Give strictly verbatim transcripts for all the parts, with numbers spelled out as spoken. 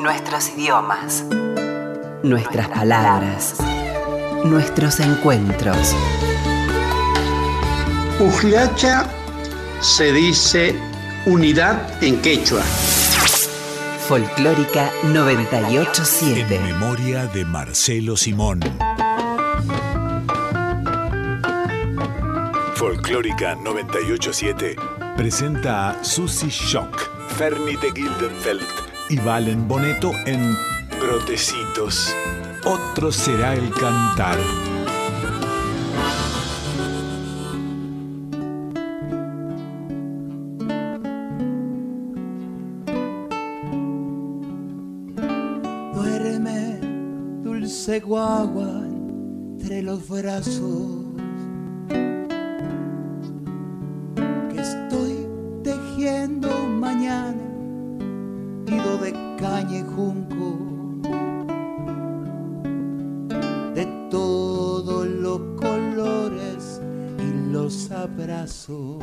nuestros idiomas, nuestras palabras, nuestros encuentros. Ujiacha se dice unidad en quechua. Folclórica noventa y ocho siete. En memoria de Marcelo Simón. Folclórica noventa y ocho siete presenta a Susi Schock, Fernie de Gildenfeld y Valen Boneto en Brotecitos. Otro será el cantar. Duerme, dulce guagua, entre los brazos que estoy tejiendo mañana, nido de caña y junco, de todos los colores y los abrazos.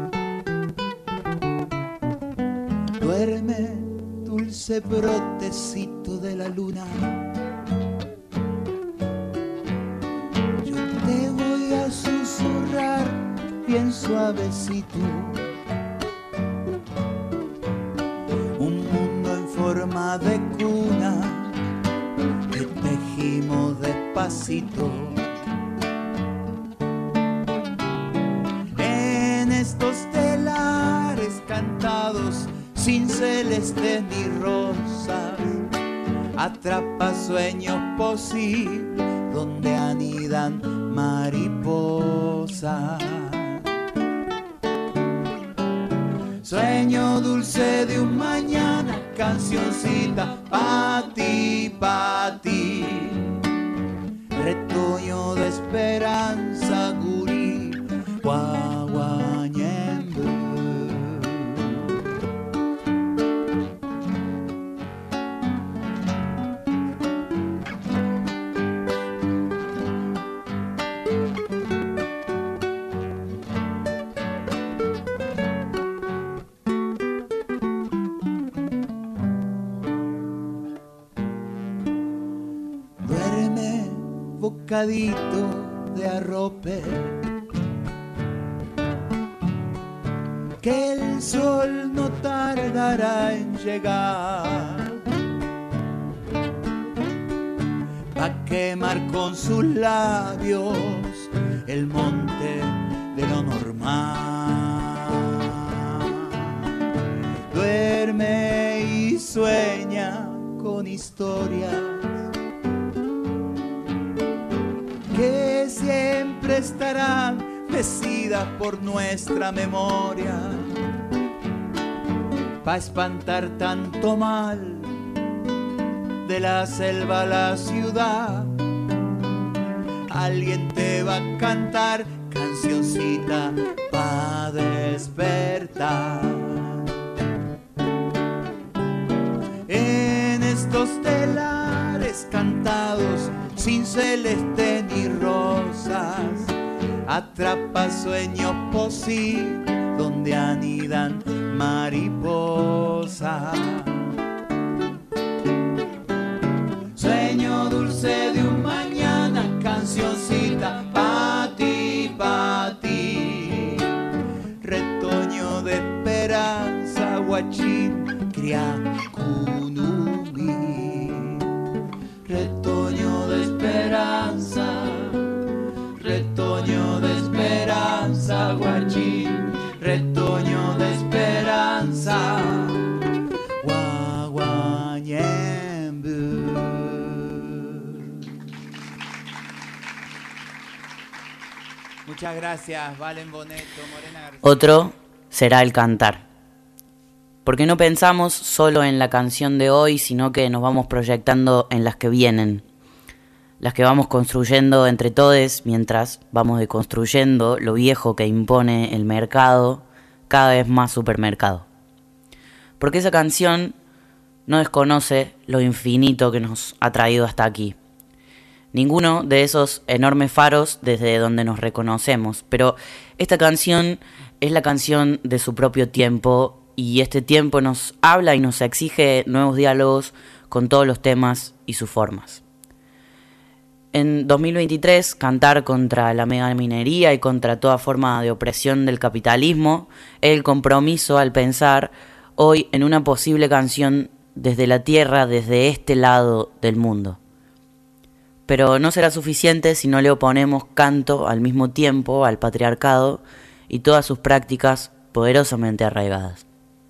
Duerme, dulce brotecito de la luna, yo te voy a susurrar bien suavecito un mundo en forma de cuna que tejimos despacito. En estos telares cantados sin celeste ni rosas, atrapa sueños posibles donde anidan mariposas. Sueño dulce de un mañana, cancioncita pa' ti, pa' ti. Retoño de esperanza, gurí, guaguañembe. Bocadito de arrope, que el sol no tardará en llegar, pa' quemar con sus labios el monte de lo normal. Duerme y sueña con historias que siempre estarán mecidas por nuestra memoria, pa' espantar tanto mal de la selva a la ciudad. Alguien te va a cantar cancioncita pa' despertar. En estos telares cantados sin celeste ni rosas, atrapa sueños posibles donde anidan mariposas. Sueño dulce de un mañana, cancioncita pa' ti, pa' ti. Retoño de esperanza, guachín, criacunumi. Retoño de esperanza, retoño de esperanza, guachín, retoño de esperanza, guaguañembe. Muchas gracias, Valen Boneto, Morena García. Otro será el cantar. Porque no pensamos solo en la canción de hoy, sino que nos vamos proyectando en las que vienen. Las que vamos construyendo entre todos mientras vamos deconstruyendo lo viejo que impone el mercado, cada vez más supermercado. Porque esa canción no desconoce lo infinito que nos ha traído hasta aquí. Ninguno de esos enormes faros desde donde nos reconocemos, pero esta canción es la canción de su propio tiempo. Y este tiempo nos habla y nos exige nuevos diálogos con todos los temas y sus formas. En dos mil veintitrés, cantar contra la megaminería y contra toda forma de opresión del capitalismo es el compromiso al pensar hoy en una posible canción desde la tierra, desde este lado del mundo. Pero no será suficiente si no le oponemos canto al mismo tiempo al patriarcado y todas sus prácticas poderosamente arraigadas.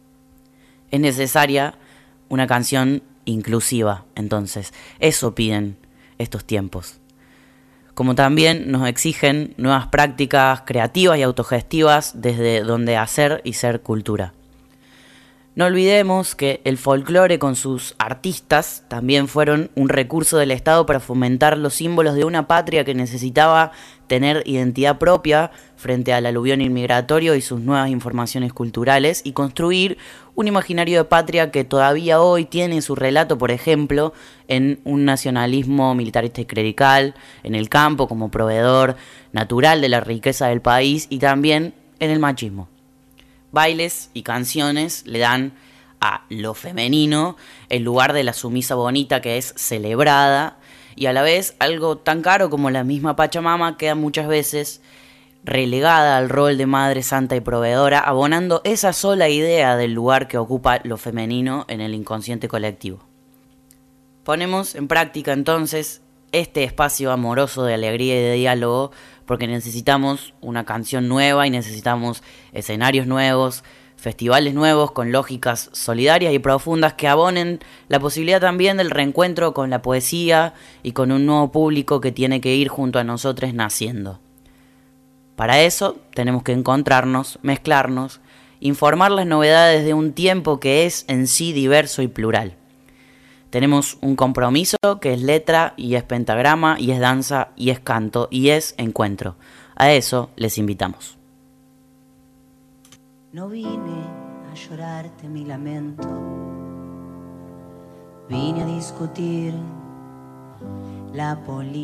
Es necesaria una canción inclusiva, entonces. Eso piden estos tiempos. Como también nos exigen nuevas prácticas creativas y autogestivas desde donde hacer y ser cultura. No olvidemos que el folclore con sus artistas también fueron un recurso del Estado para fomentar los símbolos de una patria que necesitaba tener identidad propia frente al aluvión inmigratorio y sus nuevas informaciones culturales y construir un imaginario de patria que todavía hoy tiene su relato, por ejemplo, en un nacionalismo militarista y clerical, en el campo como proveedor natural de la riqueza del país y también en el machismo. Bailes y canciones le dan a lo femenino el lugar de la sumisa bonita que es celebrada y a la vez algo tan caro como la misma Pachamama queda muchas veces relegada al rol de madre santa y proveedora, abonando esa sola idea del lugar que ocupa lo femenino en el inconsciente colectivo. Ponemos en práctica entonces este espacio amoroso de alegría y de diálogo porque necesitamos una canción nueva y necesitamos escenarios nuevos, festivales nuevos con lógicas solidarias y profundas que abonen la posibilidad también del reencuentro con la poesía y con un nuevo público que tiene que ir junto a nosotros naciendo. Para eso tenemos que encontrarnos, mezclarnos, informar las novedades de un tiempo que es en sí diverso y plural. Tenemos un compromiso que es letra y es pentagrama y es danza y es canto y es encuentro. A eso les invitamos. No vine a llorarte mi lamento, vine a discutir la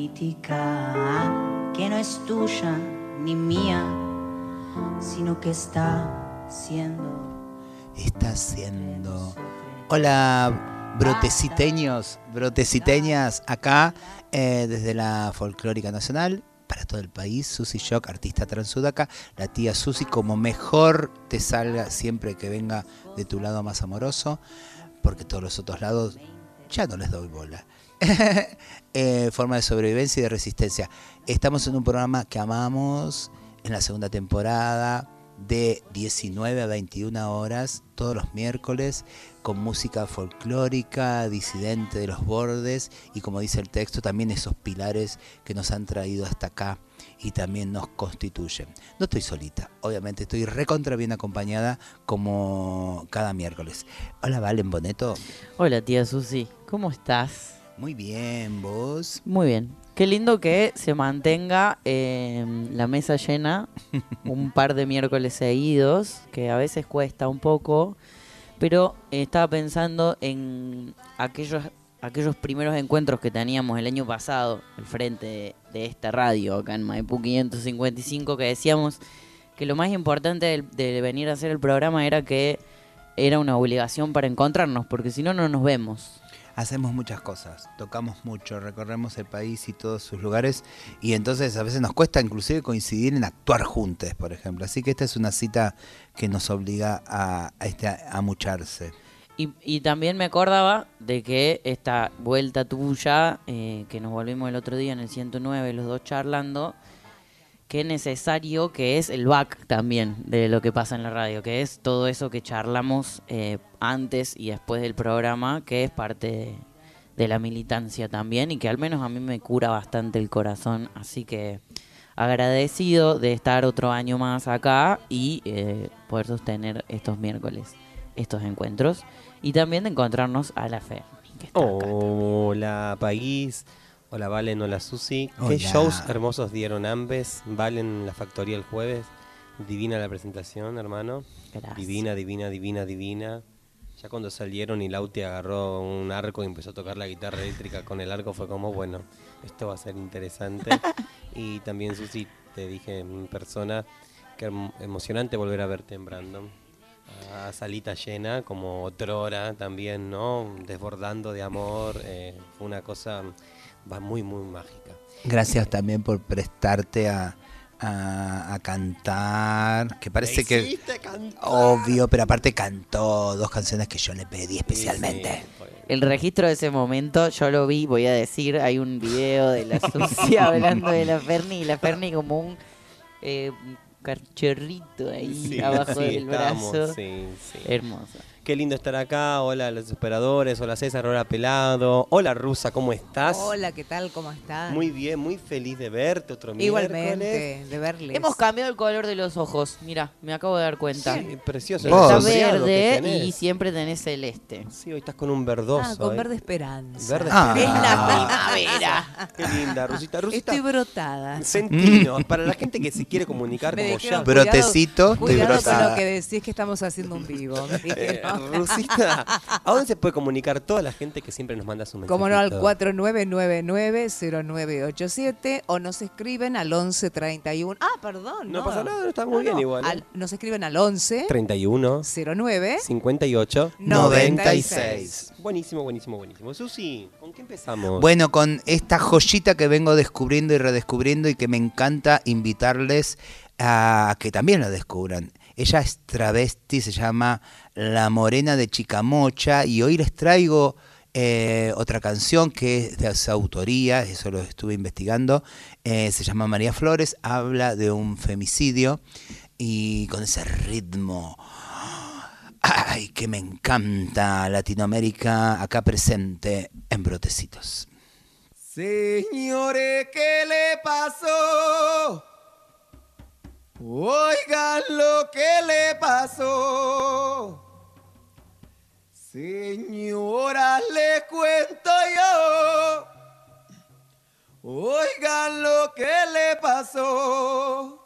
política que no es tuya ni mía, sino que está siendo. Está siendo. Hola. Broteciteños, broteciteñas, acá eh, desde la Folclórica Nacional, para todo el país, Susi Shock, artista transudaca, la tía Susi, como mejor te salga siempre que venga de tu lado más amoroso, porque todos los otros lados ya no les doy bola. eh, forma de sobrevivencia y de resistencia. Estamos en un programa que amamos, en la segunda temporada, de diecinueve a veintiuna horas, todos los miércoles, con música folclórica, disidente de los bordes y, como dice el texto, también esos pilares que nos han traído hasta acá y también nos constituyen. No estoy solita, obviamente estoy recontra bien acompañada como cada miércoles. Hola, Valen Boneto. Hola, tía Susi, ¿cómo estás? Muy bien, ¿vos? Muy bien. Qué lindo que se mantenga eh, la mesa llena un par de miércoles seguidos, que a veces cuesta un poco, pero eh, estaba pensando en aquellos aquellos primeros encuentros que teníamos el año pasado al frente de, de esta radio acá en Maipú quinientos cincuenta y cinco, que decíamos que lo más importante de, de venir a hacer el programa era que era una obligación para encontrarnos, porque si no, no nos vemos. Hacemos muchas cosas, tocamos mucho, recorremos el país y todos sus lugares y entonces a veces nos cuesta inclusive coincidir en actuar juntos, por ejemplo. Así que esta es una cita que nos obliga a, a, este, a mucharse. Y, y también me acordaba de que esta vuelta tuya, eh, que nos volvimos el otro día en el ciento nueve, los dos charlando, qué necesario que es el back también de lo que pasa en la radio, que es todo eso que charlamos eh, antes y después del programa, que es parte de, de la militancia también y que al menos a mí me cura bastante el corazón. Así que agradecido de estar otro año más acá y eh, poder sostener estos miércoles estos encuentros y también de encontrarnos a la Ferni, que está acá. Hola, país. Hola, Valen, hola, Susi. Qué shows hermosos dieron ambes. Valen, la factoría el jueves. Divina la presentación, hermano. Gracias. Divina, divina, divina, divina. Ya cuando salieron y Lauti agarró un arco y empezó a tocar la guitarra eléctrica con el arco, fue como, bueno, esto va a ser interesante. Y también, Susi, te dije en persona que emocionante volver a verte en Brandon. a salita llena, como otrora también, ¿no? Desbordando de amor. Eh, fue una cosa va muy, muy mágica. Gracias también por prestarte a, a, a cantar, que parece que cantar. Obvio, pero aparte cantó dos canciones que yo le pedí especialmente. Sí, sí. El registro de ese momento, yo lo vi, voy a decir, hay un video de la Susi hablando de la Ferni, y la Ferni como un eh, cachorrito ahí Sí, abajo sí, del estábamos, brazo. sí, sí. Hermoso. Qué lindo estar acá. Hola a los operadores, hola César, hola Pelado. Hola Rusa, ¿cómo estás? Hola, ¿qué tal? ¿Cómo estás? Muy bien, muy feliz de verte otro Igualmente, miércoles. de verles. Hemos cambiado el color de los ojos, mira, me acabo de dar cuenta. Sí, precioso. Vos. Está el sombreado que verde tenés. y siempre tenés celeste. Sí, hoy estás con un verdoso. Ah, con ¿eh? verde esperanza. Verde Ah. Es la esperanza. primavera. Qué linda, Rusita. Rusita, Estoy brotada. sentinos. Para la gente que se quiere comunicar Me como dijeron, ya. Bro- Brotecito, estoy cuidado con brotada. lo que decís que estamos haciendo un vivo. Me Eh, dijeron. Rusita, ¿a dónde se puede comunicar toda la gente que siempre nos manda su mensaje? Como no, al cuatro nueve nueve nueve cero nueve ocho siete o nos escriben al once treinta y uno. Ah, perdón. No pasa nada, está muy bien igual, ¿eh? Al- nos escriben al once treinta y uno, cero nueve cincuenta y ocho, noventa y seis. Buenísimo, buenísimo, buenísimo. Susi, ¿con qué empezamos? Bueno, con esta joyita que vengo descubriendo y redescubriendo y que me encanta invitarles a que también la descubran. Ella es travesti, se llama La Morena de Chicamocha y hoy les traigo eh, otra canción que es de su autoría, eso lo estuve investigando, eh, se llama María Flores, habla de un femicidio y con ese ritmo, ay, que me encanta, Latinoamérica acá presente en Brotecitos. Señores, ¿qué le pasó? Oigan lo que le pasó. Señoras, les cuento yo. Oigan lo que le pasó.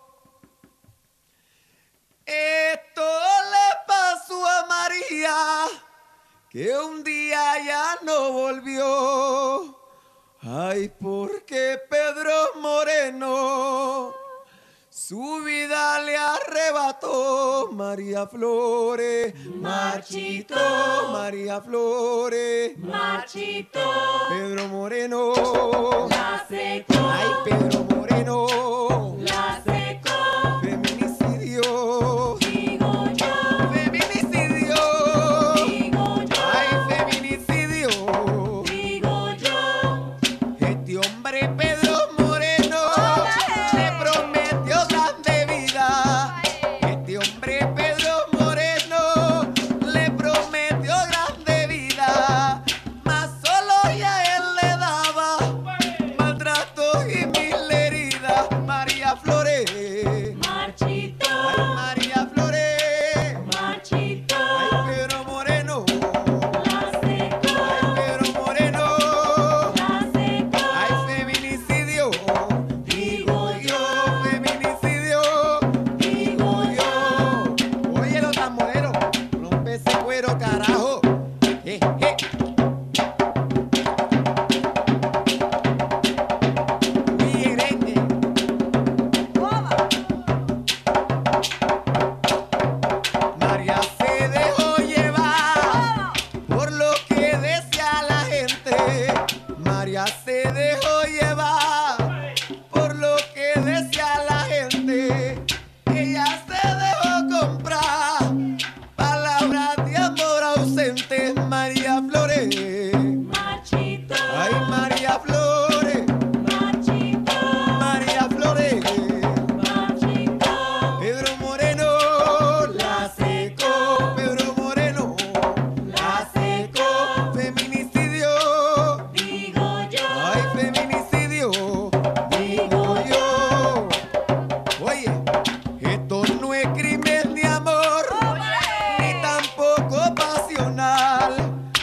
Esto le pasó a María, que un día ya no volvió. Ay, porque Pedro Moreno su vida le arrebató. María Flores, marchito, María Flores, marchito. Pedro Moreno, la secó. Ay, Pedro Moreno, la secó. Feminicidio, digo yo. Feminicidio, digo yo. Ay, feminicidio, digo yo. Este hombre Pedro Moreno le prometió grande vida. Este hombre Pedro Moreno le prometió grande vida. Mas solo ya él le daba maltrato y mil heridas. María Flores, marchito. Ay, María Flores, marchito. Ay, Pedro Moreno, la secó. Ay, Pedro Moreno, la secó. Ay, feminicidio, digo yo. Feminicidio, digo yo. Oye, los tamboreros, rompe ese cuero, carajo. Eh, eh. Migrete. María se dejó llevar por lo que decía la gente. María se dejó llevar por lo que decía la gente. Ella se dejó comprar palabras de amor ausentes. María Flores, marchito. Ay, María Flores, marchito. María Flores, marchito. Pedro Moreno, la secó. Pedro Moreno, la secó. Feminicidio, digo yo. Ay, feminicidio, digo yo. Oye, esto no es crimen de amor, ni tampoco pasional.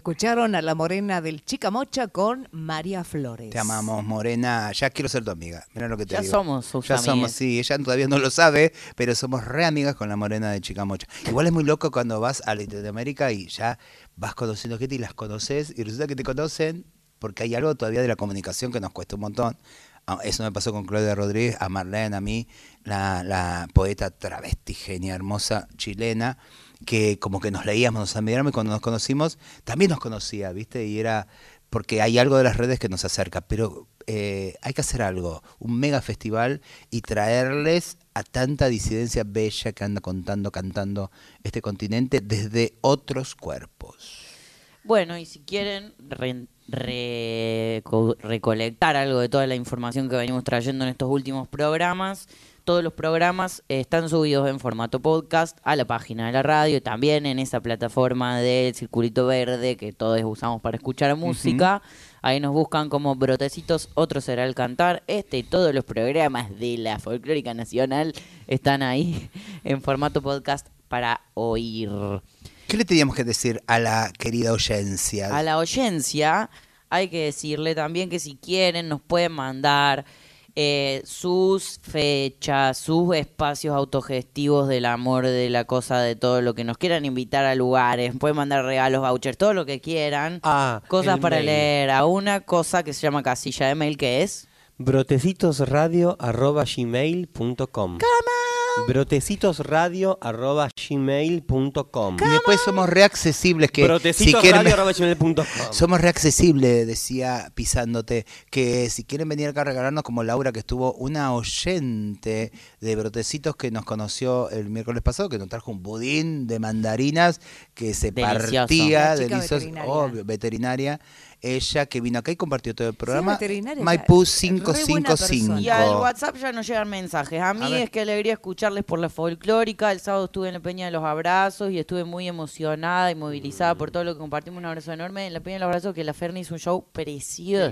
Escucharon a la morena del Chicamocha con María Flores. Te amamos, morena. Ya quiero ser tu amiga. Mirá lo que te ya digo. Ya somos sus Ya amigas. somos, sí. Ella todavía no lo sabe, pero somos re amigas con la morena de Chicamocha. Igual es muy loco cuando vas a Latinoamérica y ya vas conociendo gente y las conoces y resulta que te conocen porque hay algo todavía de la comunicación que nos cuesta un montón. Eso me pasó con Claudia Rodríguez, a Marlene, a mí, la, la poeta travesti, genia, hermosa, chilena, que como que nos leíamos, nos admiramos y cuando nos conocimos también nos conocía, ¿viste? Y era porque hay algo de las redes que nos acerca, pero eh, hay que hacer algo, un mega festival y traerles a tanta disidencia bella que anda contando, cantando este continente desde otros cuerpos. Bueno, y si quieren re, re, recolectar algo de toda la información que venimos trayendo en estos últimos programas, todos los programas están subidos en formato podcast a la página de la radio y también en esa plataforma del Circulito Verde que todos usamos para escuchar música. Uh-huh. Ahí nos buscan como Brotecitos, Otro Será el Cantar. Este y todos los programas de la Folclórica Nacional están ahí en formato podcast para oír. ¿Qué le teníamos que decir a la querida oyencia? A la oyencia hay que decirle también que si quieren nos pueden mandar eh, sus fechas, sus espacios autogestivos del amor, de la cosa, de todo lo que nos quieran invitar a lugares. Pueden mandar regalos, vouchers, todo lo que quieran. Ah, cosas para mail. leer. A una cosa que se llama casilla de mail que es... brotecitosradio arroba gmail punto com. brotecitosradio arroba gmail punto com. Y después somos reaccesibles que brotecitosradio si quieren arroba gmail punto com. Somos reaccesibles, decía Pisándote, que si quieren venir acá a regalarnos como Laura, que estuvo una oyente de Brotecitos que nos conoció el miércoles pasado, que nos trajo un budín de mandarinas que se Delicioso. partía, delicioso, veterinaria. Oh, veterinaria. Ella que vino acá y compartió todo el programa. Sí, Maipú cinco cinco cinco. Y al WhatsApp ya nos llegan mensajes. A mí A es que alegría escucharles por la folclórica. El sábado estuve en la Peña de los Abrazos y estuve muy emocionada y movilizada por todo lo que compartimos. Un abrazo enorme en la Peña de los Abrazos, que la Ferni hizo un show precioso.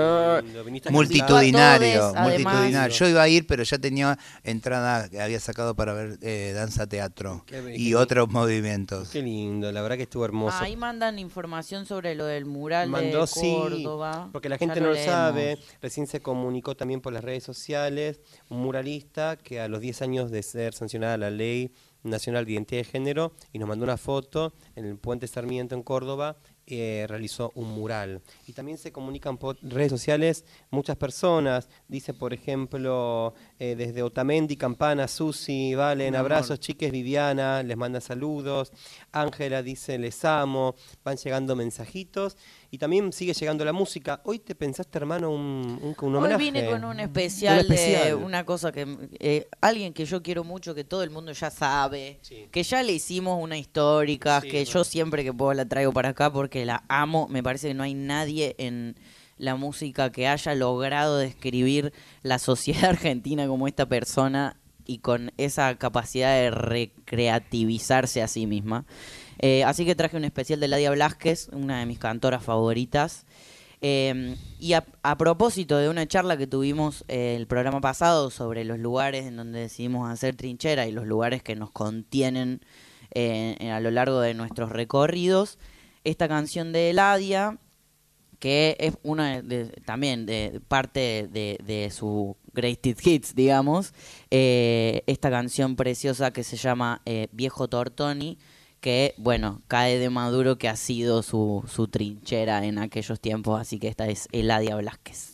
Multitudinario, todos, multitudinario. además. Yo iba a ir, pero ya tenía entrada que había sacado para ver eh, danza teatro Qué, y qué, otros movimientos. Qué lindo, la verdad que estuvo hermoso. Ahí mandan información sobre lo del mural Mandó, de sí, Córdoba. porque la gente Ya no lo leemos. sabe. Recién se comunicó también por las redes sociales un muralista que a los diez años de ser sancionada la Ley Nacional de Identidad de Género y nos mandó una foto en el Puente Sarmiento en Córdoba. Eh, realizó un mural. Y también se comunican por redes sociales muchas personas. Dice, por ejemplo, eh, desde Otamendi, Campana, Susi, Valen, abrazos, chiques, Viviana, les manda saludos. Ángela dice, les amo. Van llegando mensajitos. Y también sigue llegando la música. Hoy te pensaste, hermano, un, un, un homenaje. Hoy vine con un especial, un especial. de una cosa que... Eh, alguien que yo quiero mucho, que todo el mundo ya sabe. Sí. Que ya le hicimos una histórica, Sí, que bueno. yo siempre que puedo la traigo para acá porque la amo. Me parece que no hay nadie en la música que haya logrado describir la sociedad argentina como esta persona y con esa capacidad de recreativizarse a sí misma. Eh, así que traje un especial de Ladia Blasquez, una de mis cantoras favoritas. Eh, y a, a propósito de una charla que tuvimos eh, el programa pasado sobre los lugares en donde decidimos hacer trinchera y los lugares que nos contienen eh, a lo largo de nuestros recorridos, esta canción de Ladia, que es una de, de, también de parte de, de su Greatest Hits, digamos, eh, esta canción preciosa que se llama eh, Viejo Tortoni, que, bueno, cae de Maduro, que ha sido su, su trinchera en aquellos tiempos, así que esta es Eladia Blasquez.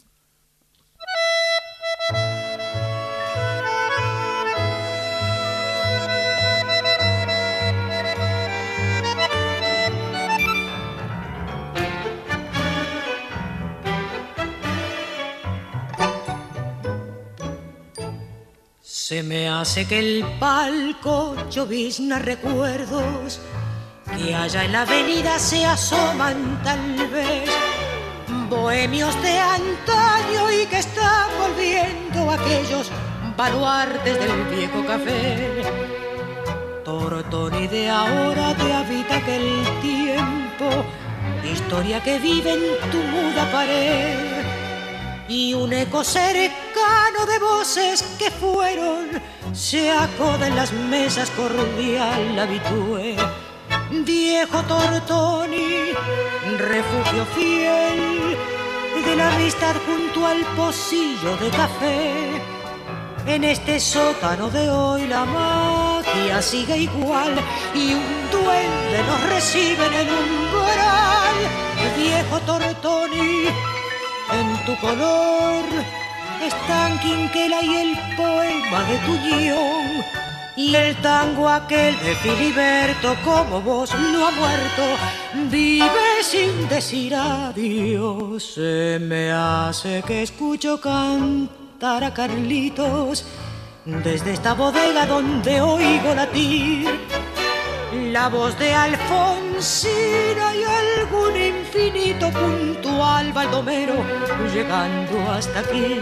Se me hace que el palco llovizna recuerdos que allá en la avenida se asoman tal vez, bohemios de antaño y que están volviendo aquellos baluartes del viejo café. Tortoni de ahora te habita aquel tiempo, historia que vive en tu muda pared. Y un eco cercano de voces que fueron se acoda en las mesas cordial habitué. viejo Tortoni, refugio fiel de la amistad junto al pocillo de café. En este sótano de hoy la magia sigue igual y un duende nos recibe en el umbral. Viejo Tortoni, en tu color están Quinquela y el poema de tu guión. Y el tango aquel de Filiberto, como vos no ha muerto, vive sin decir adiós. Se me hace que escucho cantar a Carlitos desde esta bodega donde oigo latir la voz de Alfonsina y algún infinito puntual baldomero llegando hasta aquí.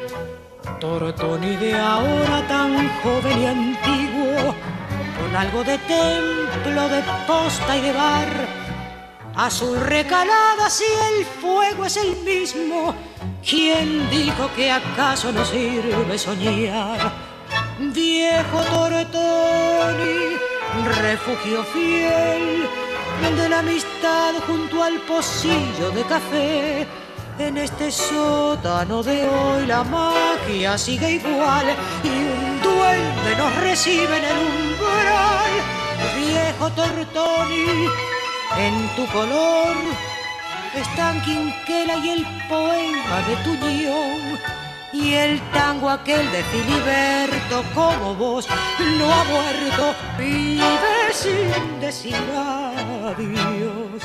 Tortoni de ahora tan joven y antiguo, con algo de templo, de posta y de bar, azul recalada si el fuego es el mismo. ¿Quién dijo que acaso no sirve soñar? Viejo Tortoni, refugio fiel de la amistad junto al pocillo de café. En este sótano de hoy la magia sigue igual y un duende nos recibe en el umbral. Viejo Tortoni, en tu color están Quinquela y el poema de tu guión. Y el tango aquel de Filiberto, como vos no ha muerto, vive sin decir adiós.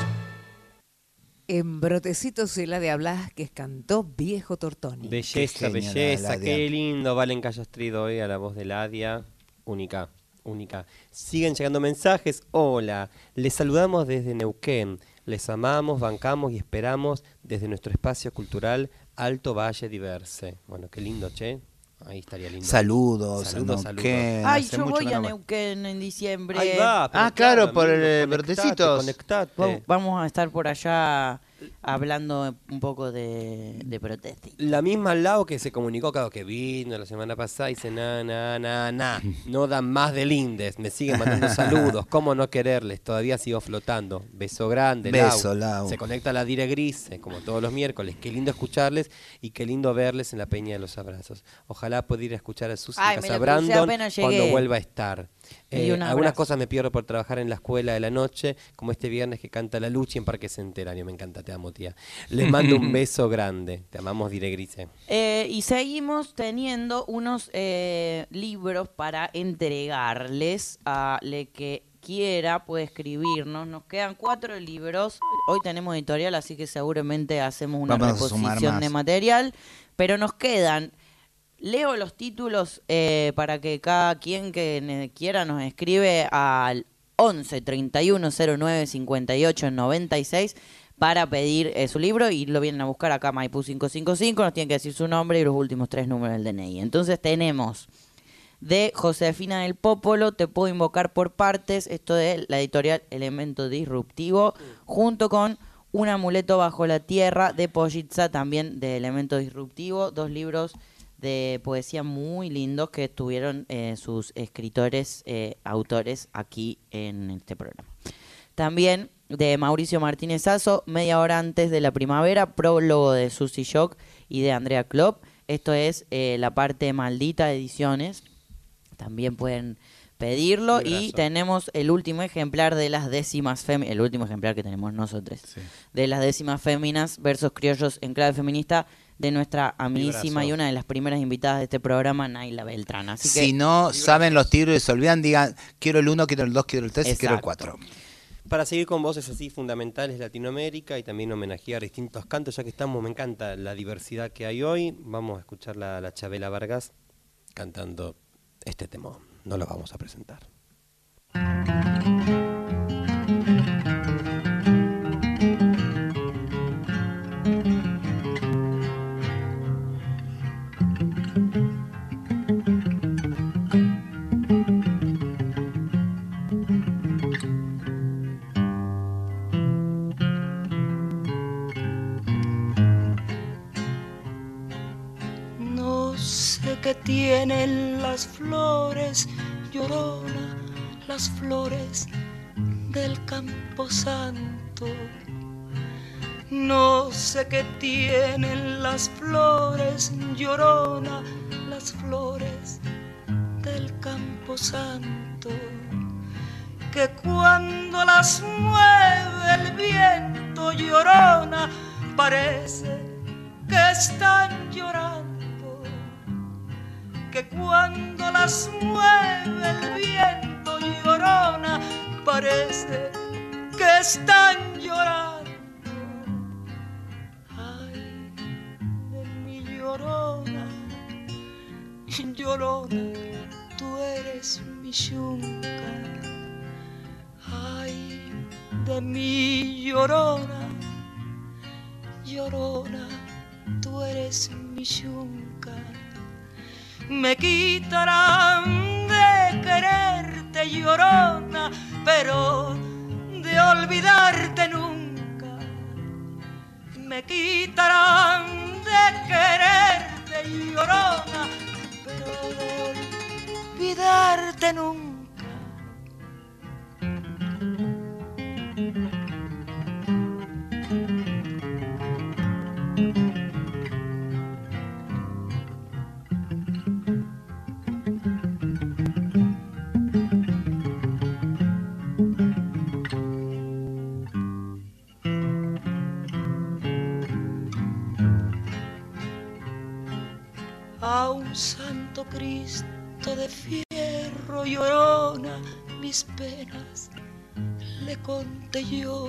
En Brotecitos y la de Blasquez cantó Viejo Tortoni. Belleza, belleza, qué lindo. Valen Callostrido hoy a la voz de Ladia. Única, única. Siguen llegando mensajes. Hola, les saludamos desde Neuquén. Les amamos, bancamos y esperamos desde nuestro espacio cultural Alto Valle Diverse. Bueno, qué lindo, che. Ahí estaría lindo. Saludos, saludos, saludos. Ay, yo voy a Neuquén en diciembre. Ahí va, ah, claro, por el Brotecitos. Conectate. Vamos a estar por allá hablando un poco de, de protesta. La misma Lau que se comunicó, claro, que vino la semana pasada y dice, na, na, na, na, no dan más de lindes, me siguen mandando saludos, cómo no quererles, todavía sigo flotando. Beso grande, Beso, Lau. Lau. Se conecta a la Dire Gris, como todos los miércoles, qué lindo escucharles y qué lindo verles en la Peña de los Abrazos. Ojalá pueda ir a escuchar a Susi Casa Brandon cuando vuelva a estar. Eh, algunas cosas me pierdo por trabajar en la escuela de la noche, como este viernes que canta La Luchi en Parque Centenario. Me encanta, te amo, tía. Les mando un beso grande. Te amamos, Dire Grise. Eh, y seguimos teniendo unos eh, libros para entregarles a le que quiera, puede escribirnos. Nos quedan cuatro libros. Hoy tenemos editorial, así que seguramente hacemos una Vamos a sumar reposición más de material. Pero nos quedan... Leo los títulos eh, para que cada quien que quiera nos escribe al once treinta y uno cero nueve cincuenta y ocho noventa y seis para pedir eh, su libro y lo vienen a buscar acá a Maipú cinco cinco cinco, nos tienen que decir su nombre y los últimos tres números del D N I. Entonces tenemos de Josefina del Popolo, Te puedo invocar por partes, esto de la editorial Elemento Disruptivo, junto con Un amuleto bajo la tierra de Pollitza, también de Elemento Disruptivo, dos libros de poesía muy lindos que tuvieron eh, sus escritores, eh, autores aquí en este programa. También de Mauricio Martínez Sasso, Media hora antes de la primavera, prólogo de Susi Shock y de Andrea Klopp. Esto es eh, la parte maldita de Ediciones. También pueden pedirlo. Y tenemos el último ejemplar de las décimas féminas, el último ejemplar que tenemos nosotros, sí, de las décimas féminas, versos criollos en clave feminista, de nuestra amiguísima y una de las primeras invitadas de este programa, Naila Beltrán. Así que, si no librazos. Saben los títulos y se olvidan, digan, quiero el uno, quiero el dos, quiero el tres y quiero el cuatro. Para seguir con voces así fundamentales Latinoamérica y también homenajear distintos cantos, ya que estamos, me encanta la diversidad que hay hoy. Vamos a escuchar la, la Chabela Vargas cantando este tema. No lo vamos a presentar. Que tienen las flores, llorona, las flores del camposanto. No sé qué tienen las flores, Llorona, las flores del camposanto, que cuando las mueve el viento, Llorona, parece que están llorando, que cuando las mueve el viento, Llorona, parece que están llorando. Ay, de mi Llorona, Llorona, tú eres mi yunca. Ay, de mi Llorona, Llorona, tú eres mi yunca. Me quitarán de quererte, Llorona, pero de olvidarte nunca. Me quitarán de quererte, Llorona, pero de olvidarte nunca. A un santo Cristo de fierro, Llorona, mis penas le conté yo.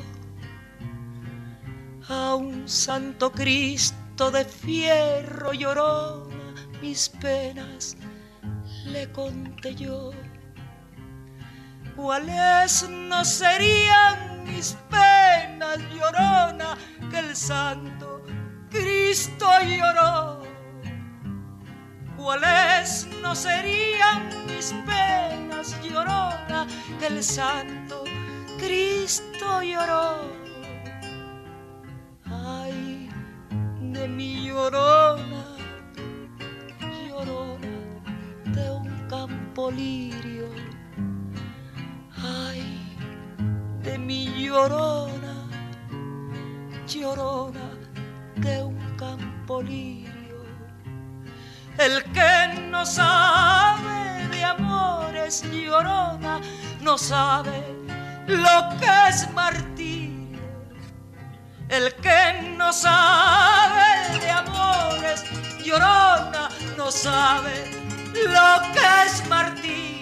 A un santo Cristo de fierro, Llorona, mis penas le conté yo. ¿Cuáles no serían mis penas, Llorona, que el santo Cristo lloró? ¿Cuáles no serían mis penas, Llorona, que el santo Cristo lloró? Ay, de mi Llorona, Llorona, de un campo lirio. Ay, de mi Llorona, Llorona, de un campo lirio. El que no sabe de amores, Llorona, no sabe lo que es martirio. El que no sabe de amores, Llorona, no sabe lo que es martirio.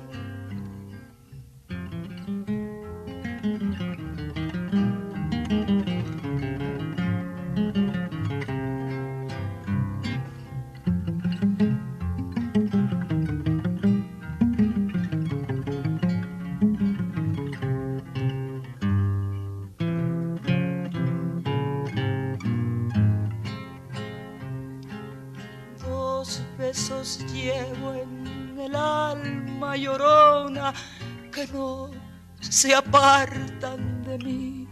Besos llevo en el alma, Llorona, que no se apartan de mí.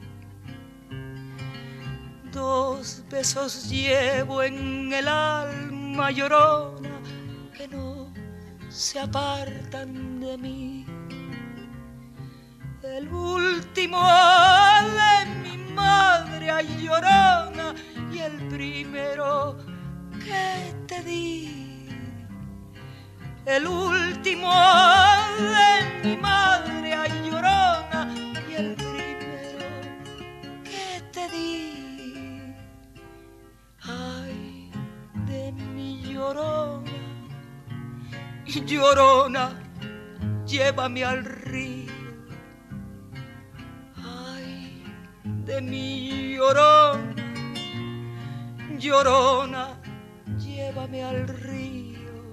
Dos besos llevo en el alma, Llorona, que no se apartan de mí. El último de mi madre, ay, Llorona, y el primero que te di. El último de mi madre, ay, Llorona, y el primero que te di. Ay, de mi Llorona, Llorona, llévame al río. Ay, de mi Llorona, Llorona, llévame al río.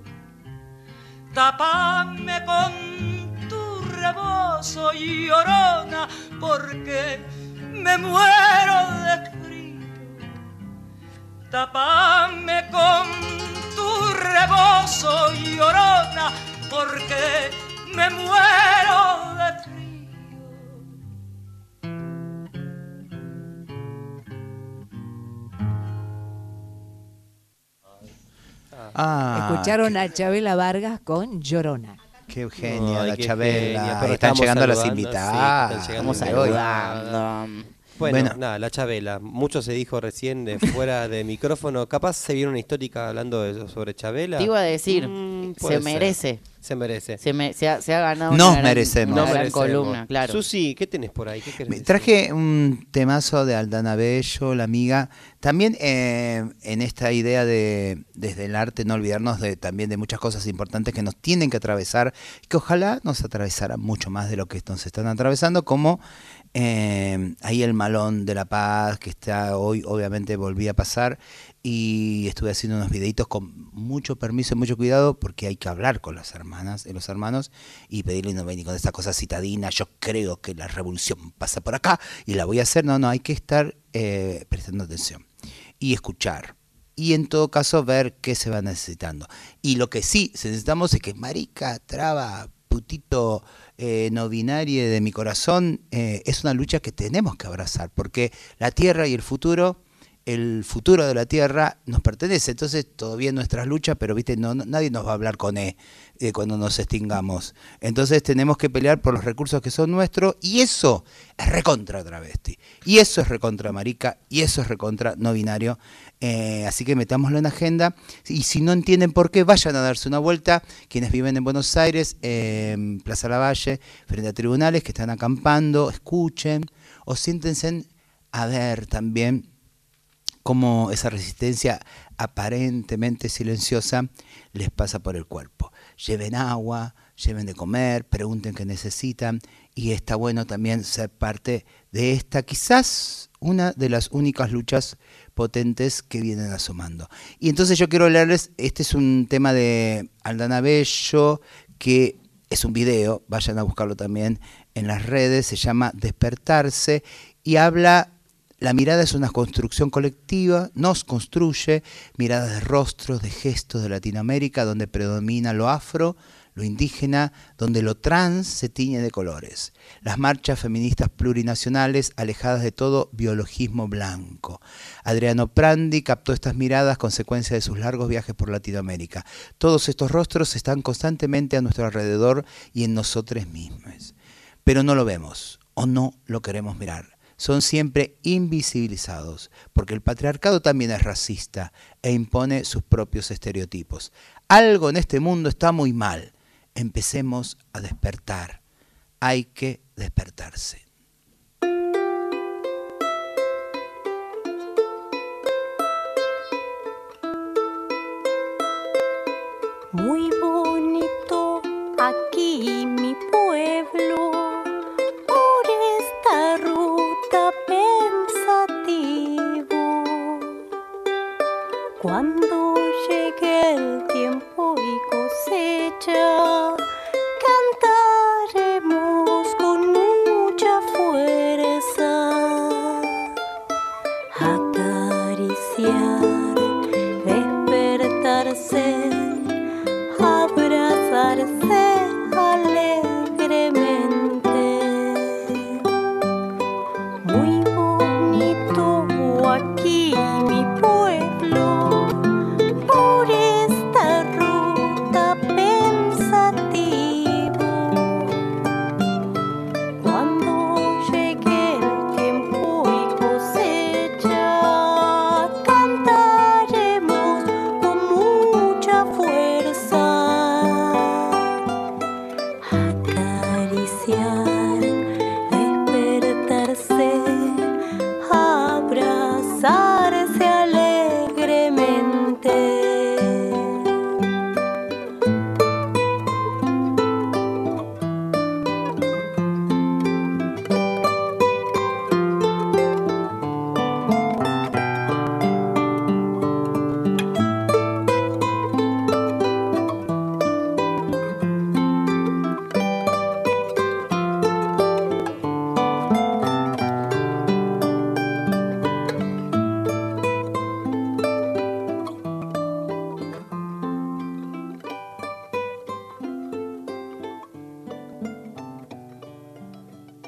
Tápame con tu rebozo, Llorona, porque me muero de frío. Tápame con tu rebozo, Llorona, porque me muero de frío. Ah, Escucharon a Chabela Vargas con Llorona. Qué Eugenia, Ay, la qué Chabela. genia, pero Están estamos llegando las saludando, sí, invitadas. están llegando Estamos hoy. saludando. Bueno, Bueno. nada, la Chabela. Mucho se dijo recién de fuera de micrófono. Capaz se vieron una histórica hablando de, sobre Chabela. Te iba a decir, Mm, se puede ser. merece. Se merece. Se, me- se ha, se ha ganado Nos una gran, merecemos. una Nos gran merecemos. columna, claro. Susi, ¿qué tenés por ahí? ¿Qué querés Me decir? traje un temazo de Aldana Bello, la amiga. También eh, en esta idea de desde el arte no olvidarnos de también de muchas cosas importantes que nos tienen que atravesar, que ojalá nos atravesaran mucho más de lo que nos están atravesando, como eh, ahí el Malón de la Paz, que está hoy, obviamente volví a pasar, y estuve haciendo unos videitos con mucho permiso y mucho cuidado, porque hay que hablar con las hermanas y los hermanos y pedirle, no venir con esta cosa citadina, yo creo que la revolución pasa por acá y la voy a hacer. No, no, hay que estar eh, prestando atención y escuchar. Y en todo caso ver qué se va necesitando. Y lo que sí necesitamos es que marica, traba, putito, eh, no binario de mi corazón, eh, es una lucha que tenemos que abrazar, porque la tierra y el futuro, el futuro de la tierra nos pertenece. Entonces todavía nuestras luchas, pero viste, no, no- nadie nos va a hablar con E eh, cuando nos extingamos. Entonces tenemos que pelear por los recursos que son nuestros, y eso es recontra travesti, y eso es recontra marica, y eso es recontra no binario. Eh, así que metámoslo en agenda, y si no entienden por qué, vayan a darse una vuelta. Quienes viven en Buenos Aires, eh, en Plaza Lavalle, frente a tribunales, que están acampando, escuchen o siéntense a ver también cómo esa resistencia aparentemente silenciosa les pasa por el cuerpo. Lleven agua, lleven de comer, pregunten qué necesitan, y está bueno también ser parte de esta, quizás una de las únicas luchas potentes que vienen asomando. Y entonces yo quiero leerles, este es un tema de Aldana Bello, que es un video, vayan a buscarlo también en las redes, se llama Despertarse, y habla... La mirada es una construcción colectiva, nos construye, miradas de rostros, de gestos de Latinoamérica, donde predomina lo afro, lo indígena, donde lo trans se tiñe de colores. Las marchas feministas plurinacionales, alejadas de todo biologismo blanco. Adriano Prandi captó estas miradas, consecuencia de sus largos viajes por Latinoamérica. Todos estos rostros están constantemente a nuestro alrededor y en nosotros mismos. Pero no lo vemos, o no lo queremos mirar. Son siempre invisibilizados, porque el patriarcado también es racista e impone sus propios estereotipos. Algo en este mundo está muy mal. Empecemos a despertar. Hay que despertarse. Muy bonito aquí mi pueblo, por esta ruta pensativo. Cuando llegue el tiempo y cosecha, cantaremos con mucha fuerza. Acariciar, despertarse, abrazarse alegremente. Muy bonito aquí mi pueblo, por esta ruta pensativo. Cuando llegue el tiempo y cosecha, cantaremos con mucha fuerza. Acariciar, despertarse, abrazarse alegremente.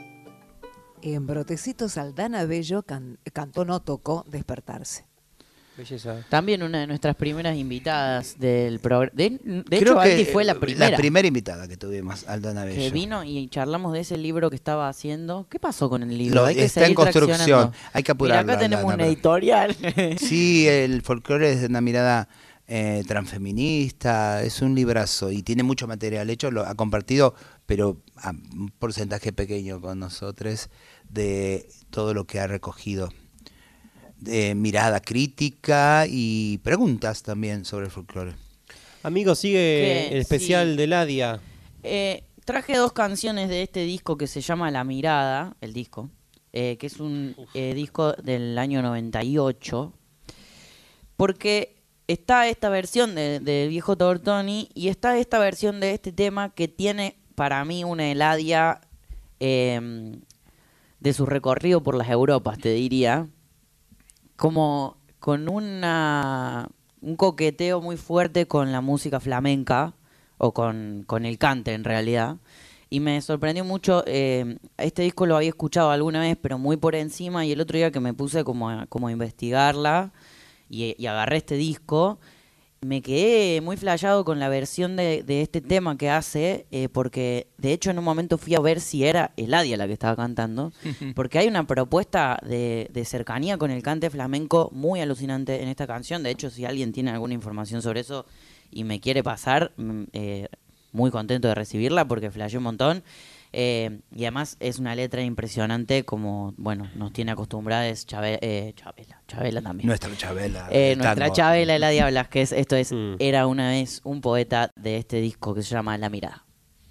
En Brotecitos, Aldana Bello can- cantó, no tocó, Despertarse. Belleza. También una de nuestras primeras invitadas del programa. De, de Creo hecho, que Aldi fue la primera. La primera invitada que tuvimos, Aldana Bello. Que vino y charlamos de ese libro que estaba haciendo. ¿Qué pasó con el libro? Lo, Hay que está en seguir construcción, traccionando. hay que apurarlo. Mira, acá tenemos Aldana, un editorial. Sí, el folclore desde una mirada eh, transfeminista, es un librazo y tiene mucho material hecho, lo ha compartido, pero a un porcentaje pequeño con nosotros de todo lo que ha recogido. De mirada crítica y preguntas también sobre el folclore. Amigo, sigue ¿Qué? el especial Sí. de Ladia. Eh, traje dos canciones de este disco que se llama La Mirada, el disco, eh, que es un eh, disco del año noventa y ocho, porque está esta versión de, de Viejo Tortoni y está esta versión de este tema que tiene para mí una Eladia eh, de su recorrido por las Europas, te diría, como con una un coqueteo muy fuerte con la música flamenca, o con, con el cante en realidad, y me sorprendió mucho. Eh, este disco lo había escuchado alguna vez, pero muy por encima, y el otro día que me puse como a, como a investigarla y, y agarré este disco, me quedé muy flayado con la versión de, de este tema que hace, eh, porque de hecho en un momento fui a ver si era Eladia la que estaba cantando, porque hay una propuesta de, de cercanía con el cante flamenco muy alucinante en esta canción. De hecho, si alguien tiene alguna información sobre eso y me quiere pasar, mm, eh, muy contento de recibirla porque flasheó un montón. Eh, y además es una letra impresionante, como bueno nos tiene acostumbradas Chabe- eh, Chabela, Chabela también. Nuestra Chabela. Eh, el nuestra tango. Chabela Eladia Blasquez. Esto es Era una vez un poeta, de este disco que se llama La Mirada.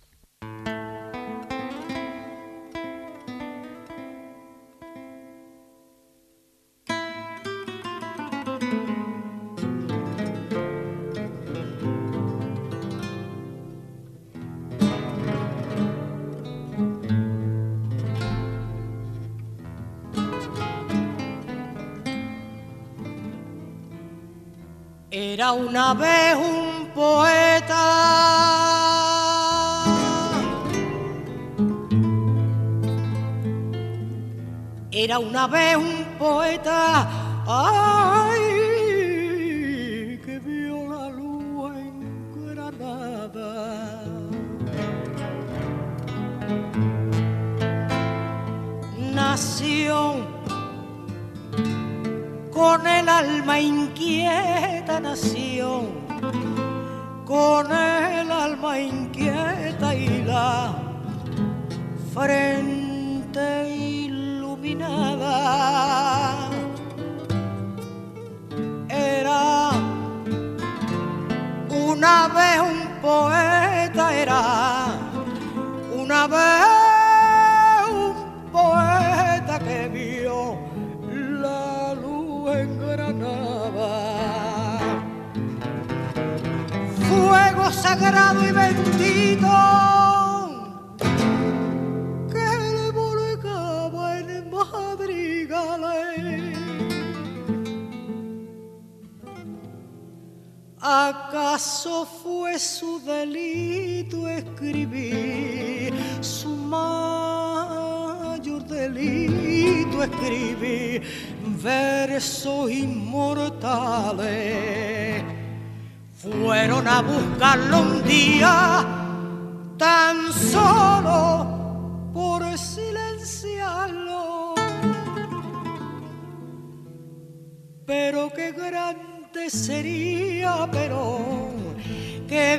Era una vez un poeta Era una vez un poeta ay, que vio la luz en Granada. Nació con el alma inquieta, nació con el alma inquieta y la frente iluminada. Era una vez un poeta, era una vez un poeta que vio la luz en Granada. Fuego sagrado y bendito que le volcaba en madrigales. ¿Acaso fue su delito escribir, su mayor delito escribir versos inmortales? Fueron a buscarlo un día tan solo por silenciarlo, pero qué grande sería, pero qué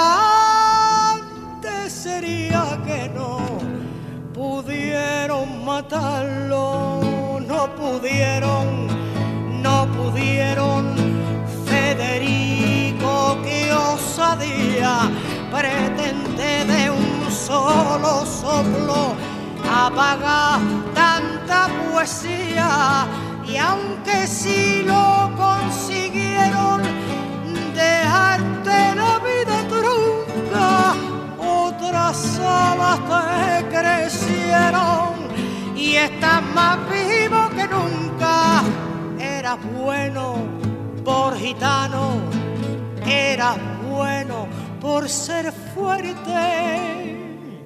grande sería que no pudieron matarlo, no pudieron, no pudieron. Federico, qué osadía, pretende de un solo soplo apagar tanta poesía. Y aunque sí lo consiguieron, dejarte la vida trunca, otras alas te crecieron y estás más vivo que nunca. Eras bueno por gitano, eras bueno por ser fuerte.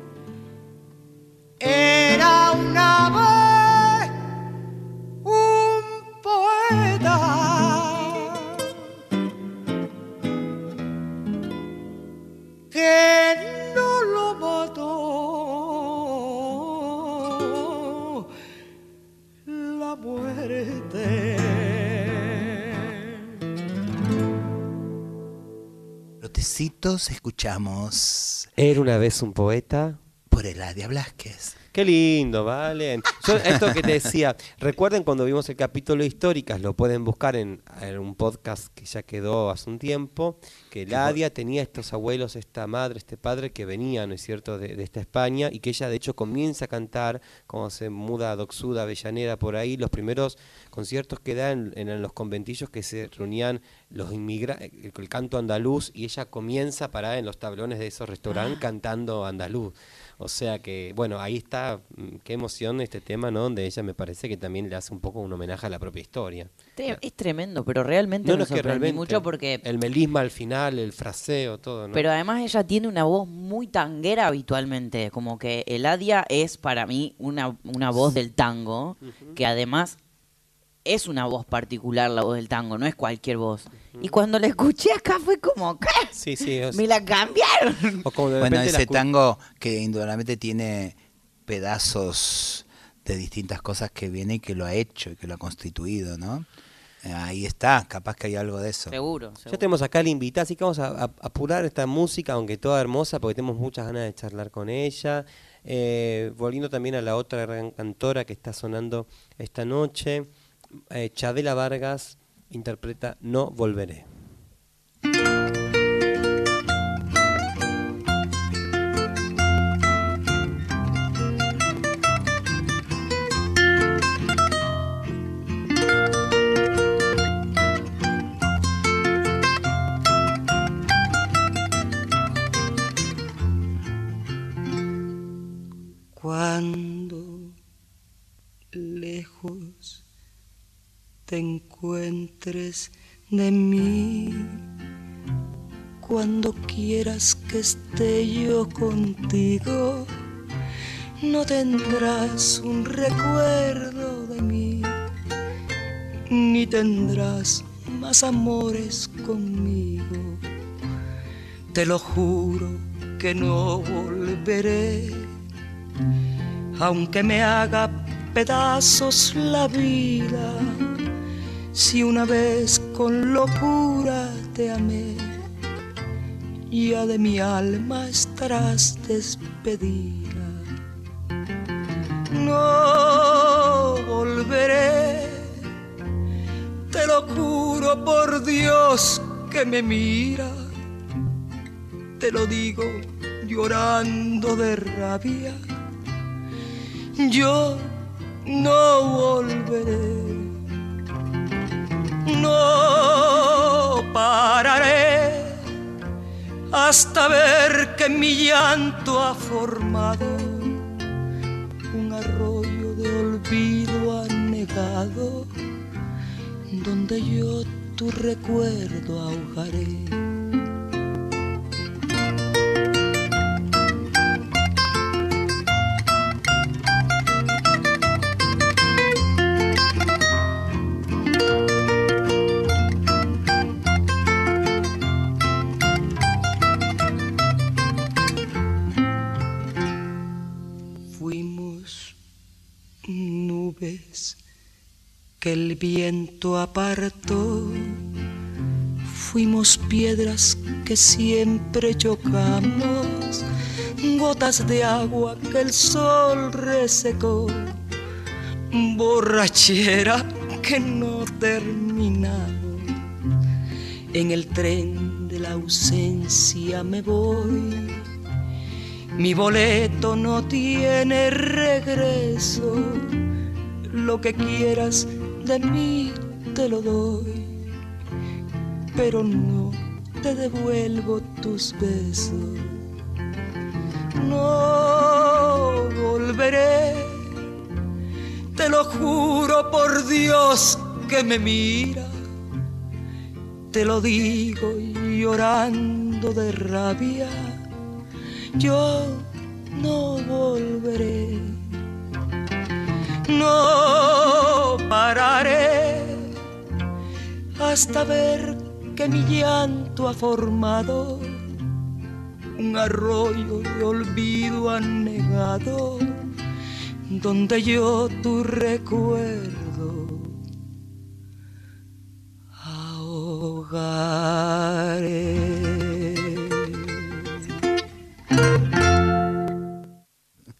Era una vez un poeta Brotecitos escuchamos Era una vez un poeta. Por Eladia Blasquez. Qué lindo, ¿vale? Yo, esto que te decía, recuerden cuando vimos el capítulo de Históricas, lo pueden buscar en, en un podcast que ya quedó hace un tiempo, que Eladia tenía estos abuelos, esta madre, este padre que venían, ¿no es cierto?, de, de esta España, y que ella de hecho comienza a cantar cuando se muda a Doxuda, Avellaneda, por ahí, los primeros conciertos que da en, en los conventillos que se reunían los inmigrantes, el, el canto andaluz, y ella comienza a parar en los tablones de esos restaurantes cantando andaluz. O sea que, bueno, ahí está, qué emoción este tema, ¿no? Donde ella me parece que también le hace un poco un homenaje a la propia historia. Es tremendo, pero realmente no, me no, es que sorprendí realmente, mucho porque... El melisma al final, el fraseo, todo, ¿no? Pero además ella tiene una voz muy tanguera habitualmente, como que Eladia es para mí una, una voz del tango, uh-huh. que además es una voz particular, la voz del tango, no es cualquier voz. Uh-huh. Y cuando la escuché acá fue como, ¿qué? Sí, sí. O sea, me la cambiaron. O como de bueno, ese la... tango que indudablemente tiene pedazos de distintas cosas que viene y que lo ha hecho y que lo ha constituido, ¿no? Eh, ahí está, capaz que hay algo de eso. Seguro, seguro. Ya tenemos acá la invitada, así que vamos a, a apurar esta música, aunque toda hermosa, porque tenemos muchas ganas de charlar con ella. Eh, volviendo también a la otra gran cantora que está sonando esta noche, eh, Chavela Vargas interpreta No Volveré. Cuando lejos te encuentres de mí, cuando quieras que esté yo contigo, no tendrás un recuerdo de mí, ni tendrás más amores conmigo. Te lo juro que no volveré, aunque me haga pedazos la vida. Si una vez con locura te amé, ya de mi alma estarás despedida. No volveré, te lo juro por Dios que me mira. Te lo digo llorando de rabia. Yo no volveré, no pararé hasta ver que mi llanto ha formado un arroyo de olvido anegado, donde yo tu recuerdo ahogaré. Que el viento apartó, fuimos piedras que siempre chocamos, gotas de agua que el sol resecó, borrachera que no terminamos. En el tren de la ausencia me voy, mi boleto no tiene regreso. Lo que quieras de mí te lo doy, pero no te devuelvo tus besos. No volveré, te lo juro por Dios que me mira. Te lo digo llorando de rabia. Yo no volveré. No pararé hasta ver que mi llanto ha formado un arroyo de olvido anegado, donde yo tu recuerdo ahogaré.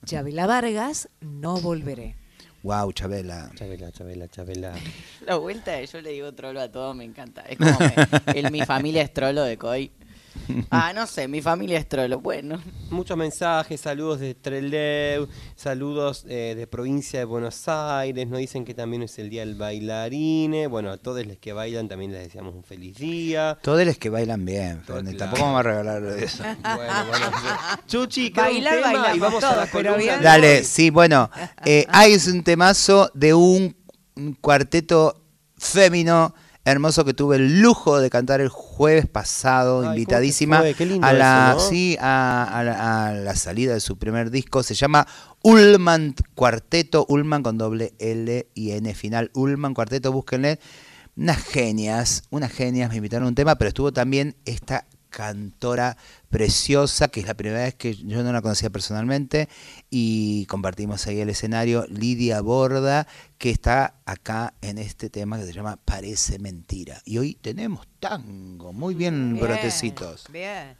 Chabela Vargas, No Volveré. Wow, Chabela. Chabela, Chabela, Chabela. La vuelta de yo le digo trolo a todo, me encanta. Es como me- el Mi Familia es Trolo de Coy. Ah, no sé, mi familia es trolo. Bueno. Muchos mensajes, saludos de Trelew, saludos eh, de provincia de Buenos Aires, nos dicen que también es el día del bailarine. Bueno, a todos los que bailan también les deseamos un feliz día. Todos los que bailan bien, Todo, Fernet, claro. tampoco vamos a regalar eso. Bueno, bueno. Chuchi, queda un Bailar, tema bailamos y vamos a la todos, pero columna bien. de Dale, hoy. sí, bueno, eh, hay es un temazo de un, un cuarteto fémino hermoso que tuve el lujo de cantar el jueves pasado, Ay, invitadísima ¿cómo te fue? Qué lindo a la eso, ¿no? sí a, a la, a la salida de su primer disco. Se llama Ullman Cuarteto, Ullman con doble L y N final. Ullman Cuarteto, búsquenle. Unas genias, unas genias me invitaron a un tema, pero estuvo también esta cantora preciosa, que es la primera vez que yo no la conocía personalmente, y compartimos ahí el escenario, Lidia Borda, que está acá en este tema que se llama Parece Mentira. Y hoy tenemos tango, muy bien, Bien, brotecitos. Bien.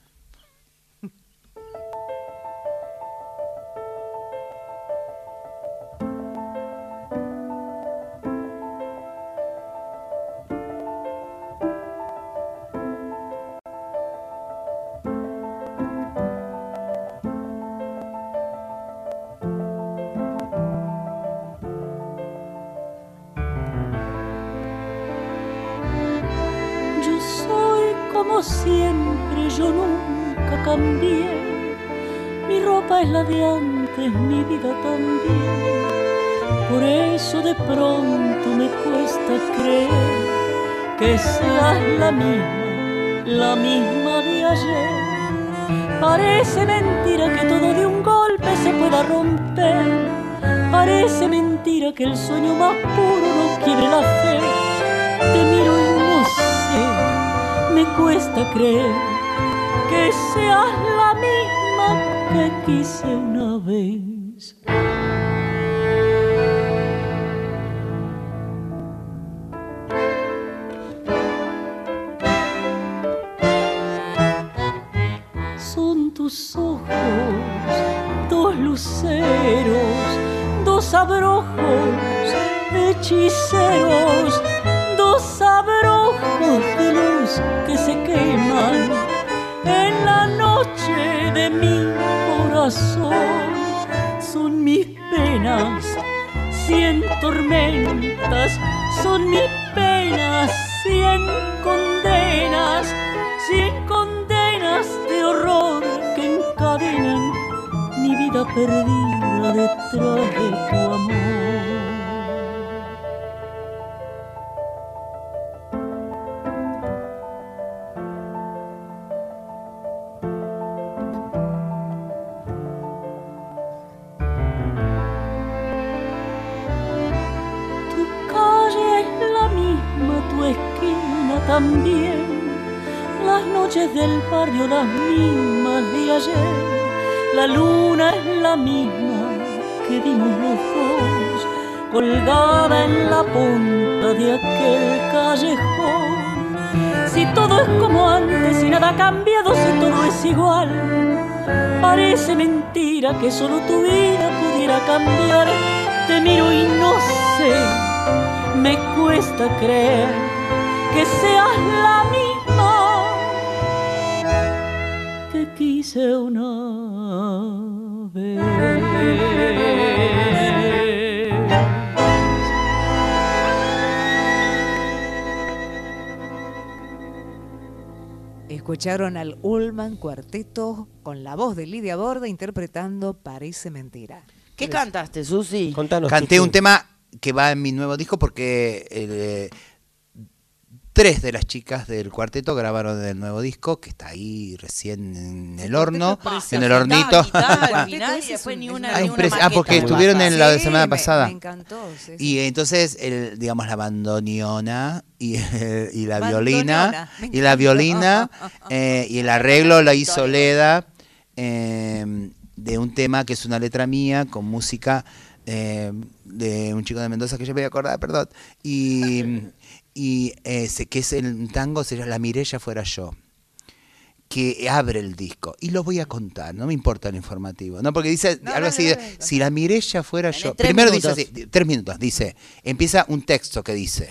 Yo soy como siempre, yo nunca cambié. Mi ropa es la de antes, mi vida también. Por eso de pronto me cuesta creer que seas la misma, la misma de ayer. Parece mentira que todo de un golpe se pueda romper. Parece mentira que el sueño más puro no quiere la fe. Te miro y no sé, me cuesta creer que seas la misma que quise una vez. Son tus ojos, dos luceros, dos abrojos hechiceros, dos abrojos de luz que se queman en la noche de mi corazón. Son mis penas, cien tormentas, son mis penas, cien condenas, cien condenas de horror que encadenan mi vida perdida detrás de tu amor. Tu calle es la misma, tu esquina también. Las noches del barrio las mismas de ayer. La luna es la misma que vimos los dos, colgada en la punta de aquel callejón. Si todo es como antes, si nada ha cambiado, si todo es igual, parece mentira que solo tu vida pudiera cambiar. Te miro y no sé, me cuesta creer que seas la misma que quise una vez. Escucharon al Ullman Cuarteto con la voz de Lidia Borda interpretando Parece Mentira. ¿Qué cantaste, Susi? Contanos. Canté Chuchu. un tema que va en mi nuevo disco porque eh, tres de las chicas del cuarteto grabaron el nuevo disco, que está ahí recién en el horno, en el hornito. Al final, y después ni una, Ah, ni una impres- ah, maqueta. porque estuvieron en la de semana me- pasada. Me encantó. sí, sí. Y entonces, el, digamos, la bandoneona y, eh, y la Bandoneona, violina, me y la encantó. violina, eh, y el arreglo lo hizo Leda, eh, de un tema que es una letra mía, con música eh, de un chico de Mendoza que yo me voy a acordar, perdón, y, y eh, se- que es el tango, se llama La Mirella Fuera Yo, que abre el disco. Y lo voy a contar, no me importa el informativo. No, porque dice No, algo no, así, no, de, no, no. si la Mireya fuera Tenés yo. tres Primero minutos. dice así, tres minutos, dice, empieza un texto que dice,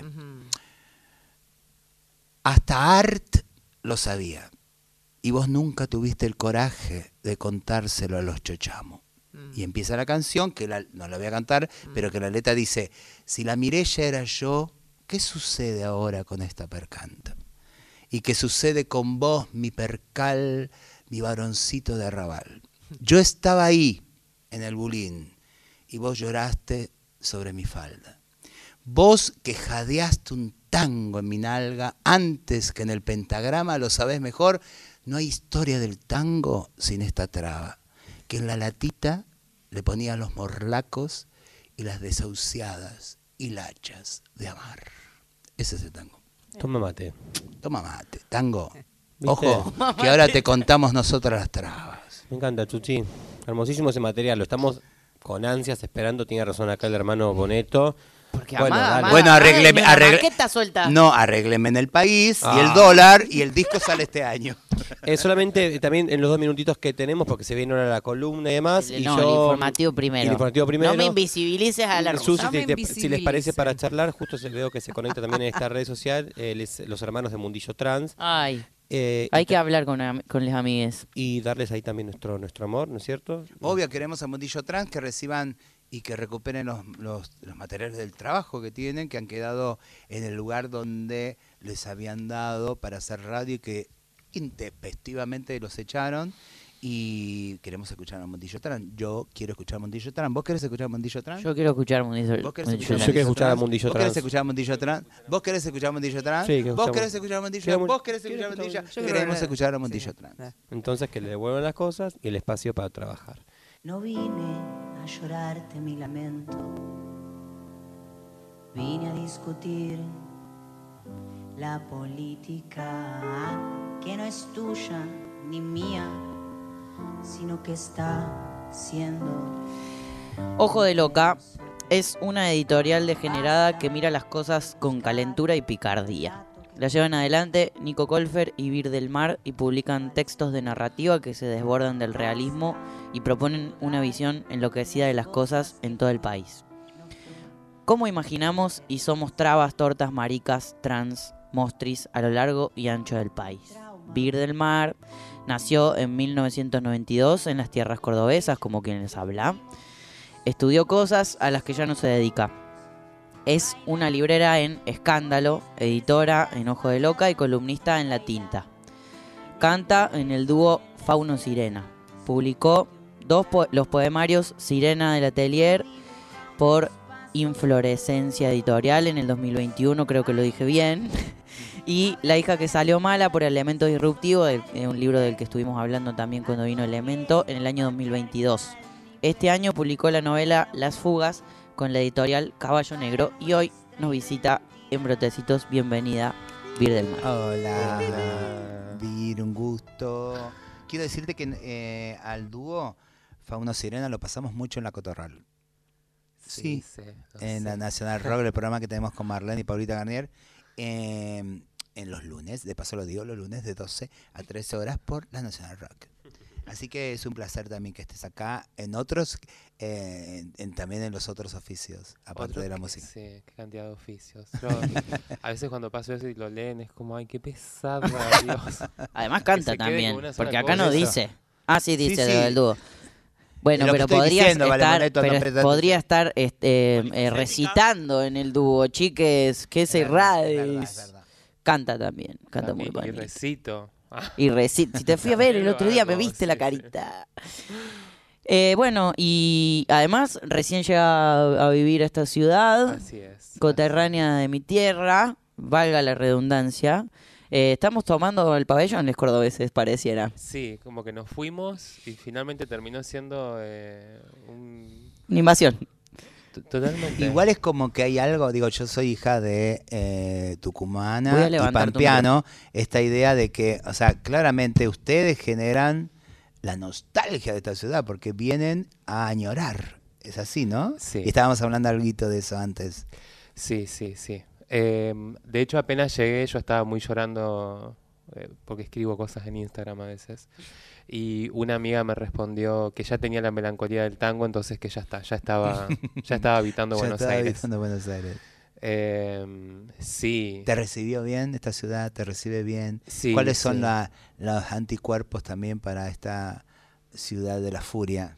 hasta Art lo sabía, y vos nunca tuviste el coraje de contárselo a los chochamos. Y empieza la canción, que la- no la voy a cantar, pero que la letra dice, si la Mireya era yo, ¿qué sucede ahora con esta percanta? ¿Y qué sucede con vos, mi percal, mi varoncito de arrabal? Yo estaba ahí, en el bulín, y vos lloraste sobre mi falda. Vos que jadeaste un tango en mi nalga antes que en el pentagrama, lo sabés mejor, no hay historia del tango sin esta traba, que en la latita le ponía los morlacos y las desahuciadas hilachas de amar. Ese es el tango. Toma mate. Toma mate, tango. ¿Viste? Ojo, que ahora te contamos nosotros las trabas. Me encanta, Chuchi. Hermosísimo ese material. Lo estamos con ansias esperando. Tiene razón acá el hermano Boneto. Porque bueno, amá, dale. amá, Bueno, amá, arregleme, una arregle- maqueta suelta. No, arrégleme en el país y Ah. el dólar y el disco sale este año. Eh, solamente eh, también en los dos minutitos que tenemos, porque se viene ahora la columna y demás. El- y no, yo, el informativo primero. El informativo primero. No me invisibilices a la Susi, rusa. No me si, te- si les invisibilice. parece para charlar, justo se veo que se conecta también en esta red social eh, les- los hermanos de Mundillo Trans. Ay, eh, hay y, que hablar con, am- con les amigues. y darles ahí también nuestro, nuestro amor, ¿no es cierto? Obvio, queremos a Mundillo Trans que reciban y que recuperen los, los, los materiales del trabajo que tienen, que han quedado en el lugar donde les habían dado para hacer radio y que intempestivamente los echaron. Y queremos escuchar a Mundillo Trans. Yo quiero escuchar a Mundillo Trans. ¿Vos querés escuchar a Mundillo Trans? Yo quiero escuchar Mundillo ¿Vos querés Mundillo escuchar Yo quiero escuchar a Trans? Mundillo ¿Vos querés Trans. escuchar a Mundillo Trans? ¿Vos querés escuchar a Mundillo Trans? Sí, que ¿Vos escuchamos. querés escuchar a Mundillo Quiero- Trans? ¿Vos querés quiero escuchar a Mundillo escuchar- Trans? yo quiero Queremos ver- escuchar a Mundillo sí. Trans. Entonces que le devuelvan las cosas y el espacio para trabajar. No vine a llorarte mi lamento, vine a discutir la política que no es tuya ni mía, sino que está siendo. Ojo de Loca es una editorial degenerada que mira las cosas con calentura y picardía. La llevan adelante Nico Colfer y Vir del Mar y publican textos de narrativa que se desbordan del realismo y proponen una visión enloquecida de las cosas en todo el país. ¿Cómo imaginamos y somos trabas, tortas, maricas, trans, mostris a lo largo y ancho del país? Vir del Mar nació en mil novecientos noventa y dos en las tierras cordobesas, como quien les habla. Estudió cosas a las que ya no se dedica. Es una librera en Escándalo, editora en Ojo de Loca y columnista en La Tinta. Canta en el dúo Fauno Sirena. Publicó dos po- los poemarios Sirena del Atelier por Inflorescencia Editorial en el dos mil veintiuno, creo que lo dije bien. Y La hija que salió mala por Elemento Disruptivo, de, de un libro del que estuvimos hablando también cuando vino Elemento, en el año dos mil veintidós. Este año publicó la novela Las Fugas con la editorial Caballo Negro y hoy nos visita en Brotecitos. Bienvenida, Vir del Mar. Hola, Vir, un gusto. Quiero decirte que eh, al dúo Fauno Sirena lo pasamos mucho en la Cotorral. Sí, Sí, sí, lo en sé. la Nacional Rock, el programa que tenemos con Marlene y Paulita Garnier, eh, en los lunes, de paso lo digo, los lunes de doce a trece horas por la Nacional Rock. Así que es un placer también que estés acá en otros, eh, en, en- también en los otros oficios, aparte Otro de la que- música. Sí, qué cantidad de oficios. Yo, a veces cuando paso eso y lo leen es como, ay, qué pesada, Dios. Además Que canta se quede también, con una sola porque acá cosa. no dice. Ah, sí, dice Sí, lo sí. del dúo. Bueno, Es lo que pero estoy podrías diciendo, vale, estar, Moneto, no pero prestes podría atención. estar este, eh, recitando en el dúo, chiques, que se Es verdad, es rades. verdad, es verdad. Canta también, canta muy Y bonito. recito. Ah. Y recita. Si te fui a ver el otro día, me Algo, viste la sí, carita. Eh, bueno, y además recién llega a, a vivir a esta ciudad, Así es. coterránea de mi tierra, valga la redundancia. Eh, estamos tomando el pabellón, les cordobeses, pareciera. Sí, como que nos fuimos y finalmente terminó siendo eh, un... Una invasión. t- Totalmente. Igual es como que hay algo, digo, yo soy hija de eh, Voy tucumana a y levantarte un pampeano, esta idea de que, o sea, claramente ustedes generan la nostalgia de esta ciudad porque vienen a añorar, es así, ¿no? Sí. Y estábamos hablando algo de eso antes. Sí, sí, sí. Eh, de hecho, apenas llegué, yo estaba muy llorando eh, porque escribo cosas en Instagram a veces. Y una amiga me respondió que ya tenía la melancolía del tango, entonces que ya está, ya estaba, ya estaba habitando Ya Buenos estaba Aires. habitando Buenos Aires. Eh, sí. ¿Te recibió bien esta ciudad? ¿Te recibe bien? Sí, ¿Cuáles son sí. la- los anticuerpos también para esta ciudad de la furia?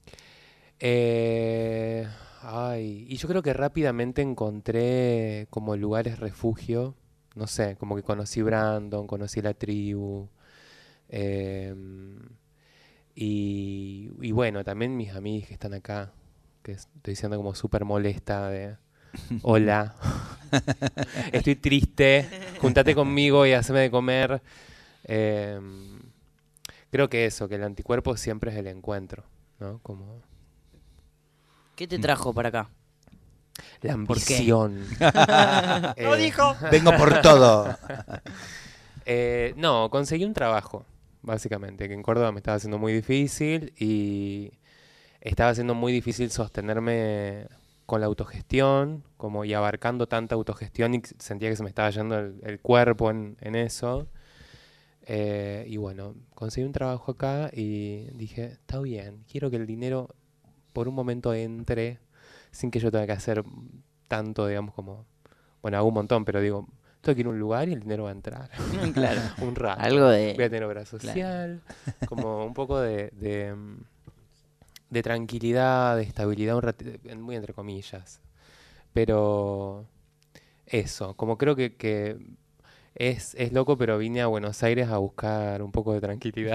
Eh, ay, y yo creo que rápidamente encontré como lugares refugio. No sé, como que conocí Brandon, conocí la tribu. em, y, y bueno, también mis amigos que están acá, que estoy siendo como súper molesta de... Hola, estoy triste, júntate conmigo y haceme de comer. Em, creo que eso, que el anticuerpo siempre es el encuentro, ¿no? Como... ¿Qué te trajo para acá? La ¿Por qué? ambición. ¡Lo dijo! Vengo por todo. Eh, no, conseguí un trabajo, básicamente, que en Córdoba me estaba haciendo muy difícil y estaba siendo muy difícil sostenerme con la autogestión, como y abarcando tanta autogestión y sentía que se me estaba yendo el, el cuerpo en, en eso. Eh, y bueno, conseguí un trabajo acá y dije, está bien, quiero que el dinero por un momento entre sin que yo tenga que hacer tanto, digamos, como... Bueno, hago un montón, pero digo, tengo que ir a un lugar y el dinero va a entrar. Claro. Un rato. Algo de... Voy a tener obra social, Claro. como un poco de, de, de tranquilidad, de estabilidad, un rati- muy entre comillas. Pero eso, como creo que, que es, es loco, pero vine a Buenos Aires a buscar un poco de tranquilidad.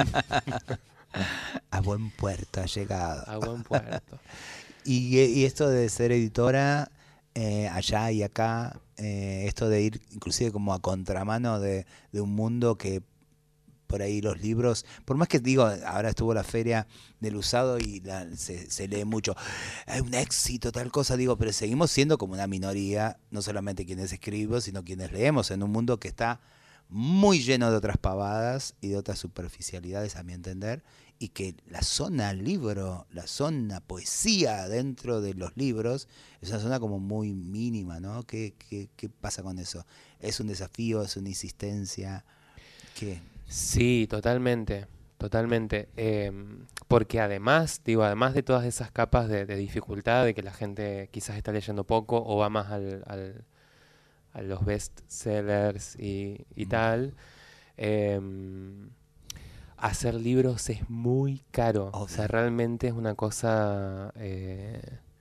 A buen puerto ha llegado. A buen puerto. y, y esto de ser editora eh, allá y acá, eh, esto de ir inclusive como a contramano de, de un mundo que por ahí los libros, por más que digo, ahora estuvo la feria del usado y la, se, se lee mucho, hay un éxito, tal cosa, digo, pero seguimos siendo como una minoría, no solamente quienes escribimos, sino quienes leemos, en un mundo que está muy lleno de otras pavadas y de otras superficialidades, a mi entender, y que la zona libro, la zona poesía dentro de los libros, es una zona como muy mínima, ¿no? ¿Qué, qué, qué pasa con eso? ¿Es un desafío? ¿Es una insistencia? ¿Qué? Sí, totalmente, totalmente. Eh, porque además, digo, además de todas esas capas de, de dificultad, de que la gente quizás está leyendo poco o va más al, al, a los bestsellers y, y tal, eh, hacer libros es muy caro. O sea, realmente es una cosa eh,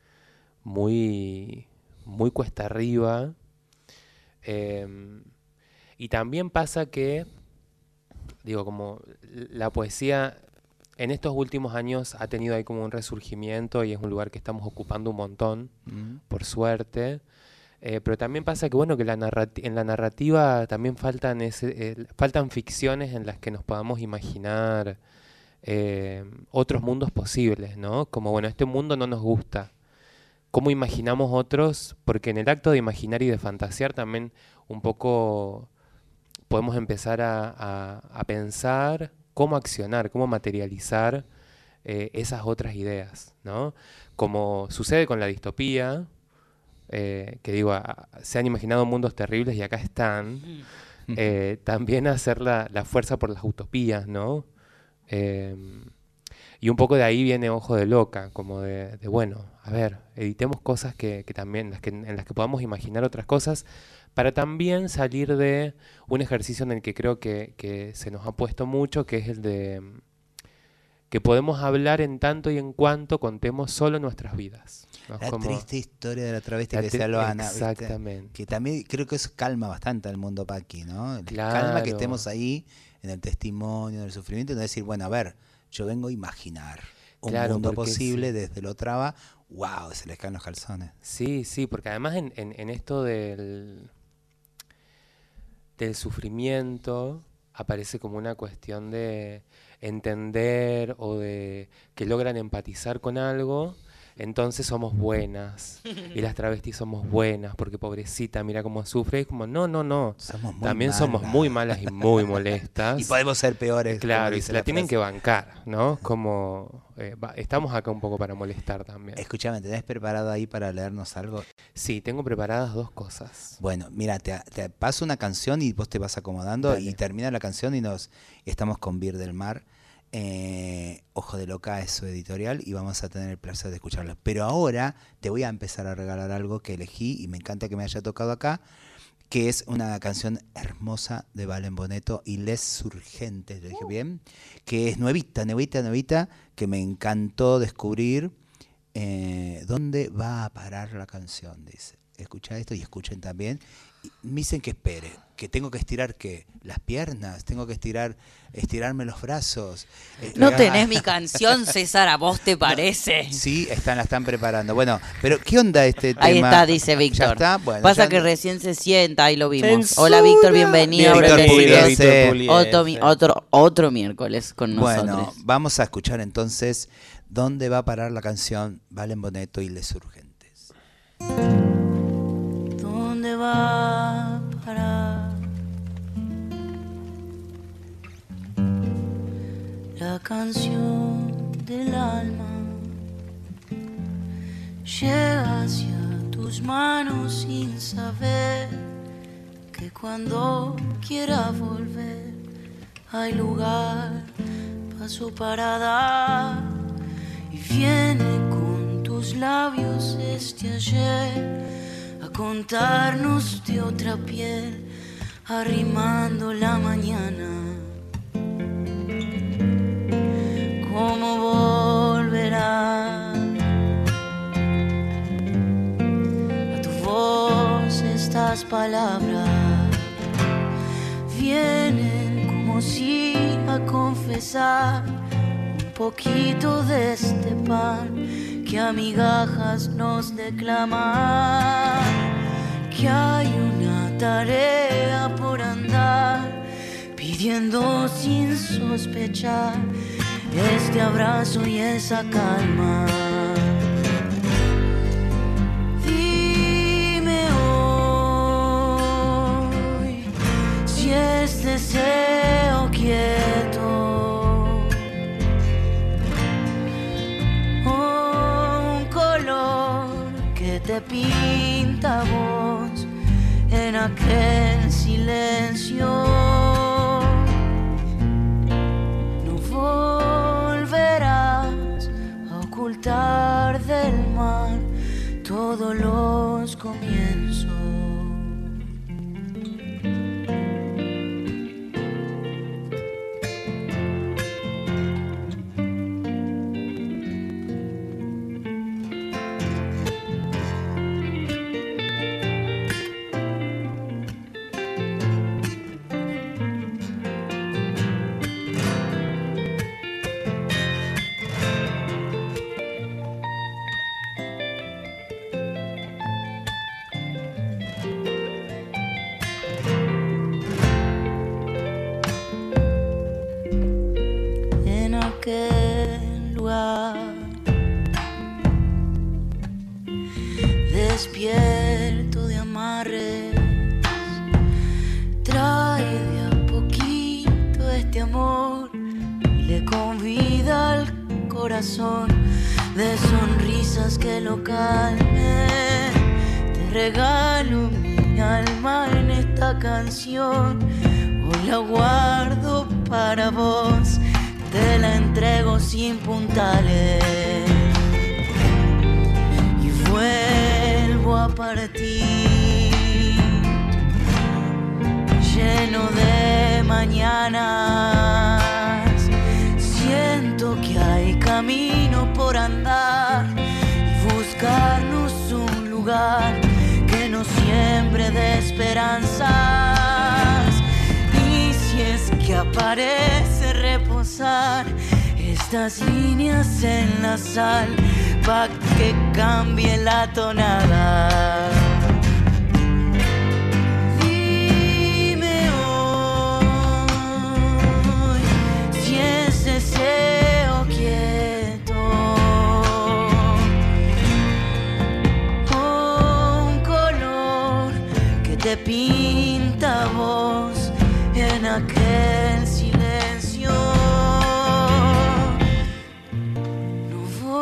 muy, muy cuesta arriba. Eh, y también pasa que, digo, como la poesía en estos últimos años ha tenido ahí como un resurgimiento y es un lugar que estamos ocupando un montón, Mm. por suerte. Eh, pero también pasa que, bueno, que la narrati- en la narrativa también faltan, ese, eh, faltan ficciones en las que nos podamos imaginar eh, otros mundos posibles, ¿no? Como, bueno, este mundo no nos gusta. ¿Cómo imaginamos otros? Porque en el acto de imaginar y de fantasear también un poco podemos empezar a, a- a pensar cómo accionar, cómo materializar eh, esas otras ideas, ¿no? Como sucede con la distopía, eh, que digo, a- se han imaginado mundos terribles y acá están, eh, también hacer la, la fuerza por las utopías, ¿no? Eh, y un poco de ahí viene Ojo de Loca, como de, de, bueno, a ver, editemos cosas que, que también, las que, en las que podamos imaginar otras cosas, para también salir de un ejercicio en el que creo que, que se nos ha puesto mucho, que es el de mm, que podemos hablar en tanto y en cuanto contemos solo nuestras vidas, ¿no? La Como- triste historia de la travesti La que tri- decía Loana, ¿viste? exactamente. Que también creo que eso calma bastante al mundo paqui, ¿no? Claro. Calma que estemos ahí en el testimonio, en el sufrimiento, y no decir, bueno, a ver, yo vengo a imaginar un Claro, mundo porque posible sí. desde lo traba, wow, se les caen los calzones. Sí, sí, porque además en, en, en esto del, del sufrimiento aparece como una cuestión de entender o de que logran empatizar con algo entonces somos buenas. Y las travestis somos buenas, porque pobrecita, mira cómo sufre. Y como, no, no, no. Somos muy También malas. somos muy malas y muy molestas. Y podemos ser peores. Claro, y se la, la tienen que bancar, ¿no? Como, eh, va, estamos acá un poco para molestar también. Escúchame, ¿tenés preparado ahí para leernos algo? Sí, tengo preparadas dos cosas. Bueno, mira, te, te paso una canción y vos te vas acomodando. Dale. Y termina la canción y nos estamos con Bir del Mar. Eh, Ojo de Loca es su editorial y vamos a tener el placer de escucharla. Pero ahora te voy a empezar a regalar algo que elegí y me encanta que me haya tocado acá, que es una canción hermosa de Valen Boneto y Les Surgentes, ¿lo dije bien? Que es nuevita, nuevita, nuevita, que me encantó descubrir. Eh, ¿Dónde va a parar la canción? Dice. Escucha esto y escuchen también. Y me dicen que espere, que tengo que estirar ¿qué? Las piernas, tengo que estirar, estirarme los brazos. No eh, tenés mi canción, César, ¿a vos te parece? No, sí, están, la están preparando. Bueno, pero ¿qué onda este tema? Ahí está, dice Víctor. ¿Ya está? Bueno, pasa ya... que recién se sienta, ahí lo vimos. ¡Censura! Hola Víctor, bienvenido. Víctor Pugliese. Pugliese. Otro, otro, otro miércoles con nosotros. Bueno, vamos a escuchar entonces ¿dónde va a parar la canción Valen Boneto y Les Urgentes? ¿Dónde va a parar la canción del alma? Llega hacia tus manos sin saber que cuando quiera volver hay lugar para su parada, y viene con tus labios este ayer a contarnos de otra piel, arrimando la mañana. ¿Cómo volverá a tu voz estas palabras? Vienen como si a confesar un poquito de este pan que a migajas nos declama, que hay una tarea por andar, pidiendo sin sospechar este abrazo y esa calma. Dime hoy si es deseo quieto o un color que te pinta a vos en aquel silencio. No volverás a ocultar del mar todos los comienzos. Despierto de amarres, trae de a poquito este amor y le convida al corazón de sonrisas que lo calmen. Te regalo mi alma en esta canción, hoy la guardo para vos, te la entrego sin puntales. Y vuelvo a partir, lleno de mañanas. Siento que hay camino por andar y buscarnos un lugar que nos siembre de esperanzas. Y si es que aparece reposar estas líneas en la sal, pa' que cambie la tonada. Dime hoy si es deseo quieto te pinta vos en aquel silencio. No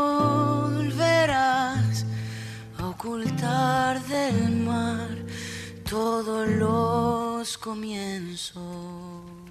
volverás a ocultar del mar todos los comienzos.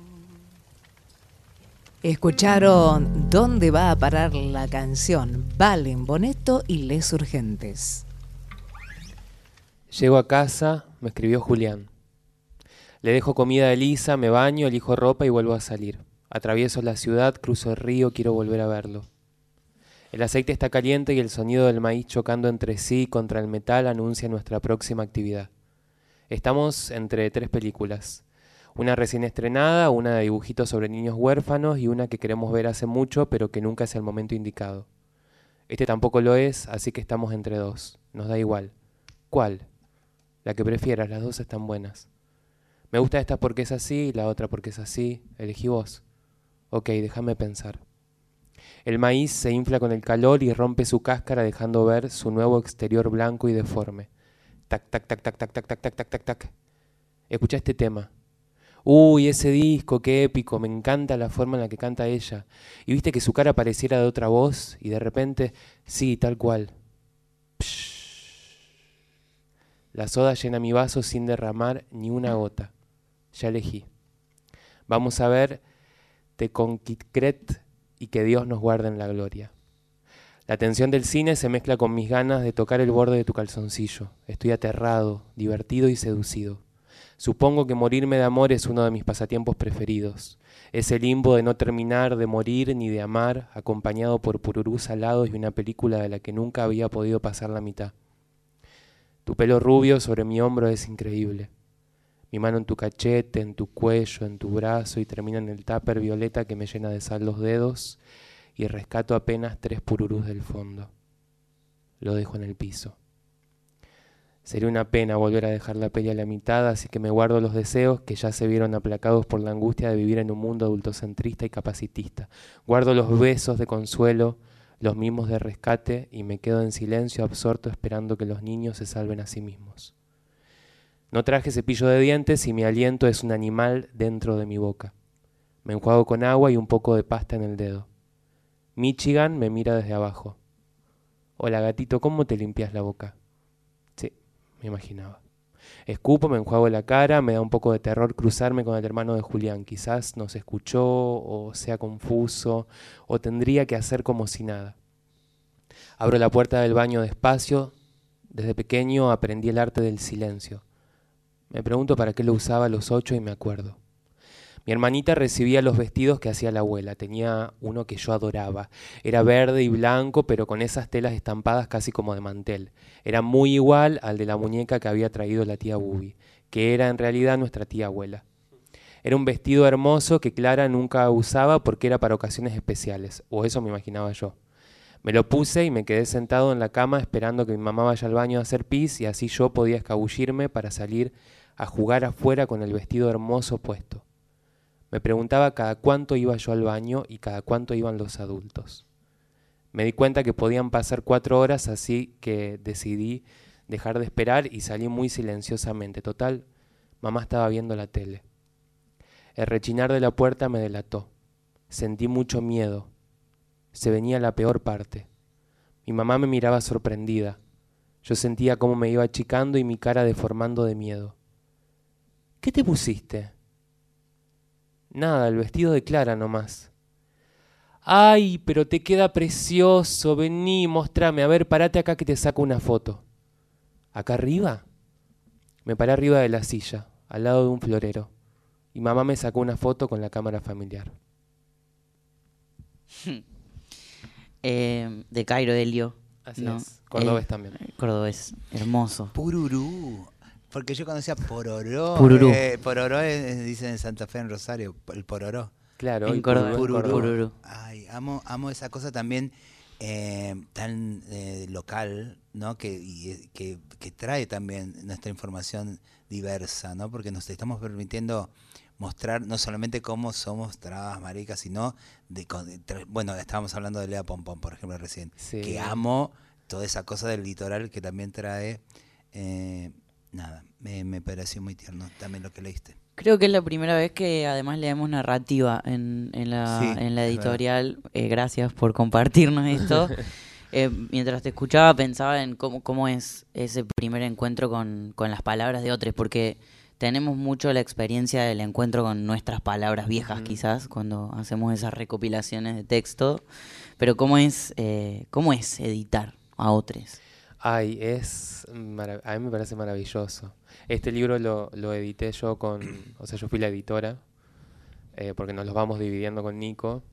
Escucharon ¿Dónde va a parar la canción? Valen Boneto y Les Urgentes. Llego a casa, me escribió Julián. Le dejo comida a Elisa, me baño, elijo ropa y vuelvo a salir. Atravieso la ciudad, cruzo el río, quiero volver a verlo. El aceite está caliente y el sonido del maíz chocando entre sí contra el metal anuncia nuestra próxima actividad. Estamos entre tres películas. Una recién estrenada, una de dibujitos sobre niños huérfanos y una que queremos ver hace mucho pero que nunca es el momento indicado. Este tampoco lo es, así que estamos entre dos. Nos da igual. ¿Cuál? La que prefieras, las dos están buenas. Me gusta esta porque es así, la otra porque es así. Elegí vos. Ok, déjame pensar. El maíz se infla con el calor y rompe su cáscara dejando ver su nuevo exterior blanco y deforme. Tac, tac, tac, tac, tac, tac, tac, tac, tac, tac, tac. Escucha este tema. Uy, ese disco, qué épico, me encanta la forma en la que canta ella. Y viste que su cara pareciera de otra voz y de repente, sí, tal cual. Psh. La soda llena mi vaso sin derramar ni una gota. Ya elegí. Vamos a ver Te Conquicret y que Dios nos guarde en la gloria. La tensión del cine se mezcla con mis ganas de tocar el borde de tu calzoncillo. Estoy aterrado, divertido y seducido. Supongo que morirme de amor es uno de mis pasatiempos preferidos. Ese limbo de no terminar de morir ni de amar, acompañado por pururús salados y una película de la que nunca había podido pasar la mitad. Tu pelo rubio sobre mi hombro es increíble. Mi mano en tu cachete, en tu cuello, en tu brazo y termina en el tupper violeta que me llena de sal los dedos y rescato apenas tres pururús del fondo. Lo dejo en el piso. Sería una pena volver a dejar la peli a la mitad, así que me guardo los deseos que ya se vieron aplacados por la angustia de vivir en un mundo adultocentrista y capacitista. Guardo los besos de consuelo, los mimos de rescate y me quedo en silencio absorto esperando que los niños se salven a sí mismos. No traje cepillo de dientes y mi aliento es un animal dentro de mi boca. Me enjuago con agua y un poco de pasta en el dedo. Michigan me mira desde abajo. Hola gatito, ¿cómo te limpias la boca? Sí, me imaginaba. Escupo, me enjuago la cara, me da un poco de terror cruzarme con el hermano de Julián. Quizás nos escuchó o sea confuso o tendría que hacer como si nada. Abro la puerta del baño despacio. Desde pequeño aprendí el arte del silencio. Me pregunto para qué lo usaba a los ocho y me acuerdo. Mi hermanita recibía los vestidos que hacía la abuela. Tenía uno que yo adoraba. Era verde y blanco, pero con esas telas estampadas casi como de mantel. Era muy igual al de la muñeca que había traído la tía Bubi, que era en realidad nuestra tía abuela. Era un vestido hermoso que Clara nunca usaba porque era para ocasiones especiales, o eso me imaginaba yo. Me lo puse y me quedé sentado en la cama esperando que mi mamá vaya al baño a hacer pis y así yo podía escabullirme para salir a jugar afuera con el vestido hermoso puesto. Me preguntaba cada cuánto iba yo al baño y cada cuánto iban los adultos. Me di cuenta que podían pasar cuatro horas, así que decidí dejar de esperar y salí muy silenciosamente. Total, mamá estaba viendo la tele. El rechinar de la puerta me delató. Sentí mucho miedo. Se venía la peor parte. Mi mamá me miraba sorprendida. Yo sentía cómo me iba achicando y mi cara deformando de miedo. ¿Qué te pusiste? Nada, el vestido de Clara nomás. Ay, pero te queda precioso, vení, mostrame, a ver, parate acá que te saco una foto. ¿Acá arriba? Me paré arriba de la silla, al lado de un florero, y mamá me sacó una foto con la cámara familiar. eh, de Cairo, Helio. Así ¿no? es, cordobés eh, también. Cordobés, hermoso. Pururú. Porque yo conocía Pororó. Pururú. Eh, Pororó es, dicen en Santa Fe, en Rosario, el Pororó. Claro, en y Córdoba. Pururú. Pururú. Ay, amo, amo esa cosa también eh, tan eh, local, ¿no? Que, y, que, que trae también nuestra información diversa, ¿no? Porque nos estamos permitiendo mostrar no solamente cómo somos trabas, maricas, sino de, de bueno, estábamos hablando de Lea Pompón, por ejemplo, recién, sí. Que amo toda esa cosa del litoral que también trae eh, nada, me, me pareció muy tierno también lo que leíste. Creo que es la primera vez que además leemos narrativa en, en, la, Sí, en la es editorial. Eh, gracias por compartirnos esto. Eh, mientras te escuchaba pensaba en cómo, cómo es ese primer encuentro con, con las palabras de otros, porque tenemos mucho la experiencia del encuentro con nuestras palabras viejas, uh-huh. quizás, cuando hacemos esas recopilaciones de texto, pero cómo es, eh, cómo es editar a otros. Ay, es marav- a mí me parece maravilloso. Este libro lo, lo edité yo con, o sea, yo fui la editora, eh, porque nos los vamos dividiendo con Nico.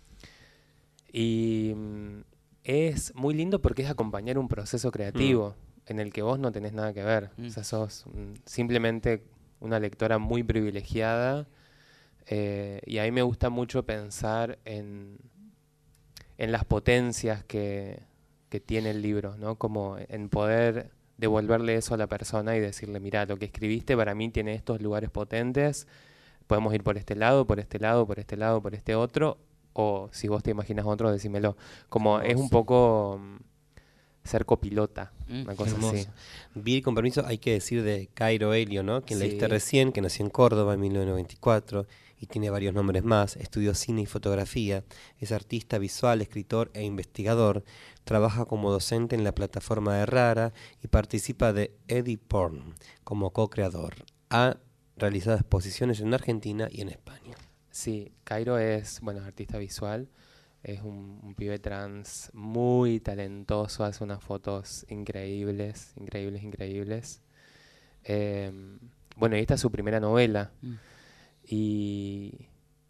Y mm, es muy lindo porque es acompañar un proceso creativo mm. en el que vos no tenés nada que ver. Mm. O sea, sos mm, simplemente una lectora muy privilegiada. Eh, y a mí me gusta mucho pensar en, en las potencias que... que tiene el libro, ¿no? Como en poder devolverle eso a la persona y decirle, mira, lo que escribiste para mí tiene estos lugares potentes, podemos ir por este lado, por este lado, por este lado, por este otro, o si vos te imaginas otro, decímelo. Como es un poco um, ser copilota, mm, una cosa hermoso. así. Vir, con permiso, hay que decir de Cairo Helio, ¿no? Quien Sí. leíste recién, que nació en Córdoba en mil novecientos noventa y cuatro y tiene varios nombres más. Estudió cine y fotografía, es artista visual, escritor e investigador. Trabaja como docente en la plataforma de Rara y participa de Ediporn como co-creador. Ha realizado exposiciones en Argentina y en España. Sí, Cairo es, bueno, artista visual, es un, un pibe trans muy talentoso, hace unas fotos increíbles, increíbles, increíbles. Eh, bueno, y esta es su primera novela. Mm. Y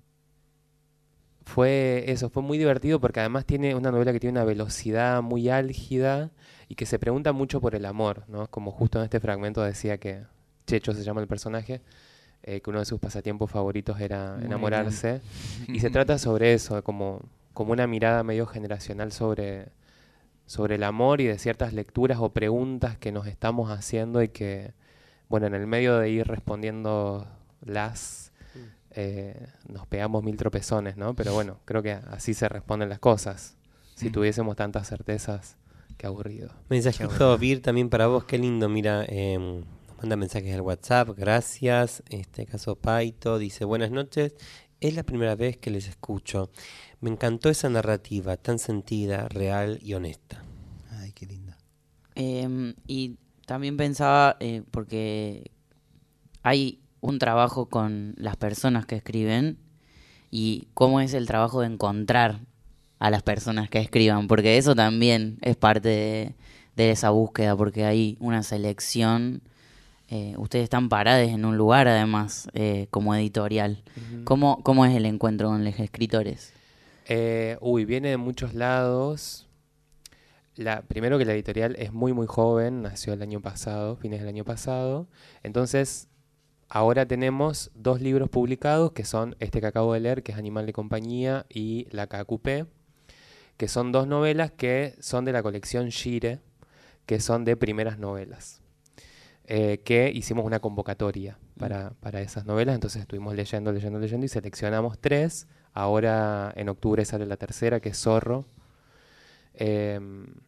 fue eso, fue muy divertido porque además tiene una novela que tiene una velocidad muy álgida y que se pregunta mucho por el amor, ¿no? Como justo en este fragmento decía que Checho se llama el personaje, eh, que uno de sus pasatiempos favoritos era muy enamorarse. Bien. Y se trata sobre eso, como, como una mirada medio generacional sobre, sobre el amor y de ciertas lecturas o preguntas que nos estamos haciendo y que, bueno, en el medio de ir respondiendo las... Eh, nos pegamos mil tropezones, ¿no? Pero bueno, creo que así se responden las cosas. Si mm. tuviésemos tantas certezas, qué aburrido. Mensajito, Vir, también para vos, qué lindo. Mira, eh, nos manda mensajes al WhatsApp, gracias. Este caso Paito dice, buenas noches, es la primera vez que les escucho. Me encantó esa narrativa tan sentida, real y honesta. Ay, qué linda. Eh, y también pensaba, eh, porque hay... un trabajo con las personas que escriben y cómo es el trabajo de encontrar a las personas que escriban, porque eso también es parte de, de esa búsqueda, porque hay una selección, eh, ustedes están parados en un lugar además eh, como editorial. Uh-huh. ¿Cómo, ¿Cómo es el encuentro con los escritores? Eh, uy, viene de muchos lados. La, primero que la editorial es muy muy joven, nació el año pasado, fines del año pasado, entonces... Ahora tenemos dos libros publicados, que son este que acabo de leer, que es Animal de Compañía, y La Cacupé, que son dos novelas que son de la colección Shire, que son de primeras novelas, eh, que hicimos una convocatoria para, para esas novelas, entonces estuvimos leyendo, leyendo, leyendo y seleccionamos tres. Ahora en octubre sale la tercera, que es Zorro. Eh,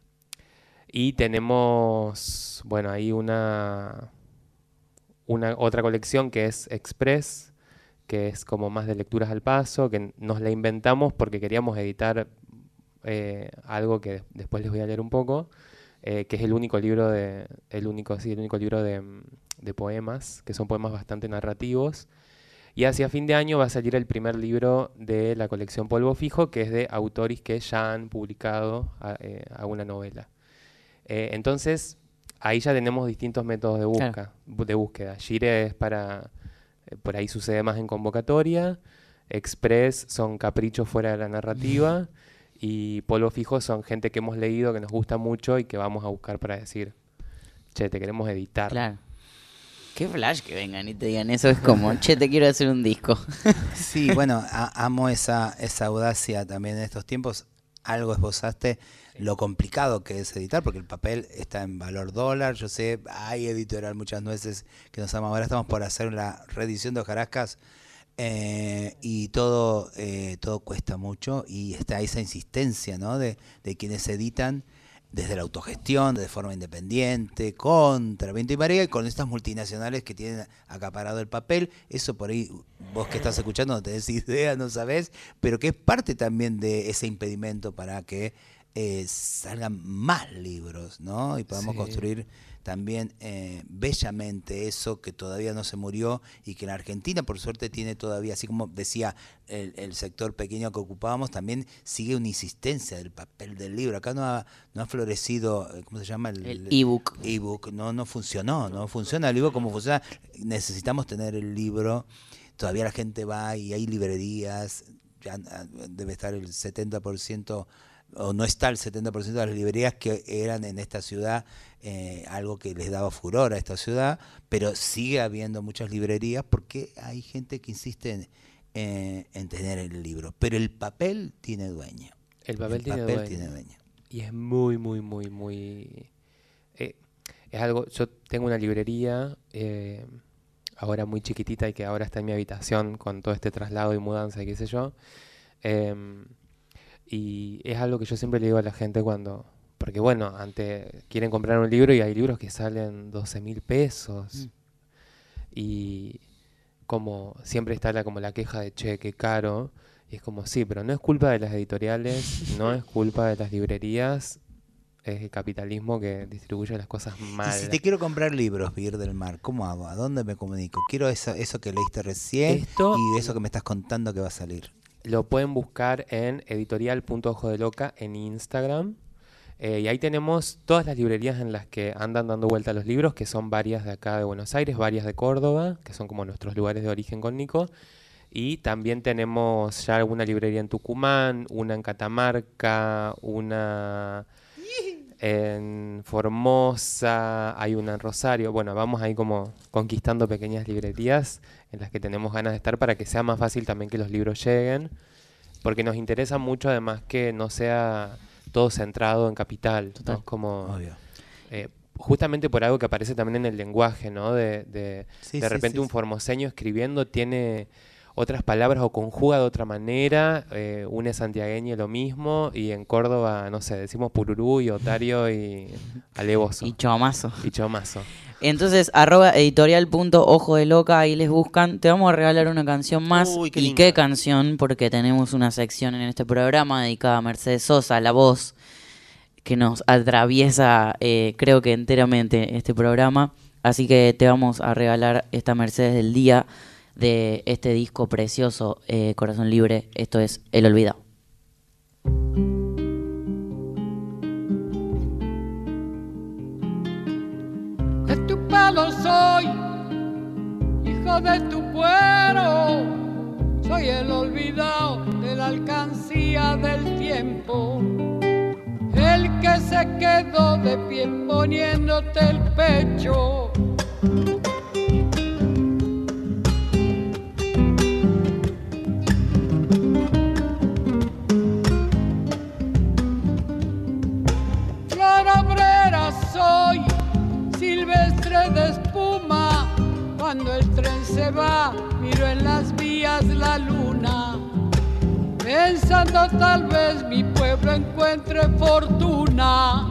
y tenemos, bueno, ahí una... Una otra colección que es Express, que es como más de lecturas al paso, que nos la inventamos porque queríamos editar eh, algo que después les voy a leer un poco, eh, que es el único libro de el único sí el único libro de, de poemas, que son poemas bastante narrativos. Y hacia fin de año va a salir el primer libro de la colección Polvo Fijo, que es de autores que ya han publicado a, eh, alguna novela. Eh, entonces ahí ya tenemos distintos métodos de búsqueda. Claro. De búsqueda. Shire es para, eh, por ahí sucede más en convocatoria. Express son caprichos fuera de la narrativa. Y Polvo Fijo son gente que hemos leído, que nos gusta mucho y que vamos a buscar para decir, che, te queremos editar. Claro. Qué flash que vengan y te digan eso, es como, che, te quiero hacer un disco. Sí, bueno, a, amo esa, esa audacia también en estos tiempos. Algo esbozaste lo complicado que es editar, porque el papel está en valor dólar. Yo sé, hay editorial muchas nueces que nos aman. Ahora estamos por hacer la reedición de Hojarascas eh, y todo eh, todo cuesta mucho y está esa insistencia, ¿no? de, de quienes editan desde la autogestión, de forma independiente, contra viento y marea, y con estas multinacionales que tienen acaparado el papel. Eso por ahí, vos que estás escuchando no tenés idea, no sabés, pero que es parte también de ese impedimento para que eh, salgan más libros, ¿no? Y podamos Sí. construir también eh, bellamente eso que todavía no se murió y que en Argentina por suerte tiene todavía, así como decía el, el sector pequeño que ocupábamos, también sigue una insistencia del papel del libro. Acá no ha, no ha florecido, ¿cómo se llama? El, El ebook. ebook, no, no funcionó, no funciona el ebook como funciona. Necesitamos tener el libro, todavía la gente va y hay librerías, ya debe estar el setenta por ciento o no está el setenta por ciento de las librerías que eran en esta ciudad, eh, algo que les daba furor a esta ciudad, pero sigue habiendo muchas librerías porque hay gente que insiste en, eh, en tener el libro, pero el papel tiene dueño. El papel, el tiene, papel dueño. tiene dueño. Y es muy, muy, muy, muy... Eh, es algo... Yo tengo una librería eh, ahora muy chiquitita y que ahora está en mi habitación con todo este traslado y mudanza y qué sé yo. Eh, y es algo que yo siempre le digo a la gente cuando... Porque bueno, antes quieren comprar un libro y hay libros que salen doce mil pesos. Mm. Y como siempre está la, como la queja de, che, qué caro. Y es como, sí, pero no es culpa de las editoriales, no es culpa de las librerías, es el capitalismo que distribuye las cosas mal. Y si te quiero comprar libros, Vir del Mar, ¿cómo hago? ¿A dónde me comunico? Quiero eso, eso que leíste recién Esto, y eso que me estás contando que va a salir. Lo pueden buscar en editorial punto ojo de loca en Instagram. Eh, y ahí tenemos todas las librerías en las que andan dando vuelta los libros, que son varias de acá de Buenos Aires, varias de Córdoba, que son como nuestros lugares de origen con Nico. Y también tenemos ya alguna librería en Tucumán, una en Catamarca, una en Formosa, hay una en Rosario. Bueno, vamos ahí como conquistando pequeñas librerías en las que tenemos ganas de estar para que sea más fácil también que los libros lleguen, porque nos interesa mucho además que no sea todo centrado en capital, ¿no? Como eh, justamente por algo que aparece también en el lenguaje, ¿no? De, de, sí, de sí, repente sí, un formoseño escribiendo tiene otras palabras o conjuga de otra manera, eh, un es santiagueño lo mismo, y en Córdoba, no sé, decimos pururú y otario y alevoso. Y chomazo. Y chomazo. Entonces, arroba editorial punto ojo de loca, ahí les buscan. Te vamos a regalar una canción más. Uy, qué ¿Y linda. qué canción? Porque tenemos una sección en este programa dedicada a Mercedes Sosa, la voz que nos atraviesa, eh, creo que enteramente, este programa. Así que te vamos a regalar esta Mercedes del día de este disco precioso, eh, Corazón Libre. Esto es El Olvidado. De tu palo soy, hijo de tu cuero, soy el olvidado de la alcancía del tiempo, el que se quedó de pie poniéndote el pecho. Flor obrera soy, silvestre de espuma, cuando el tren se va, miro en las vías la luna, pensando tal vez mi pueblo encuentre fortuna.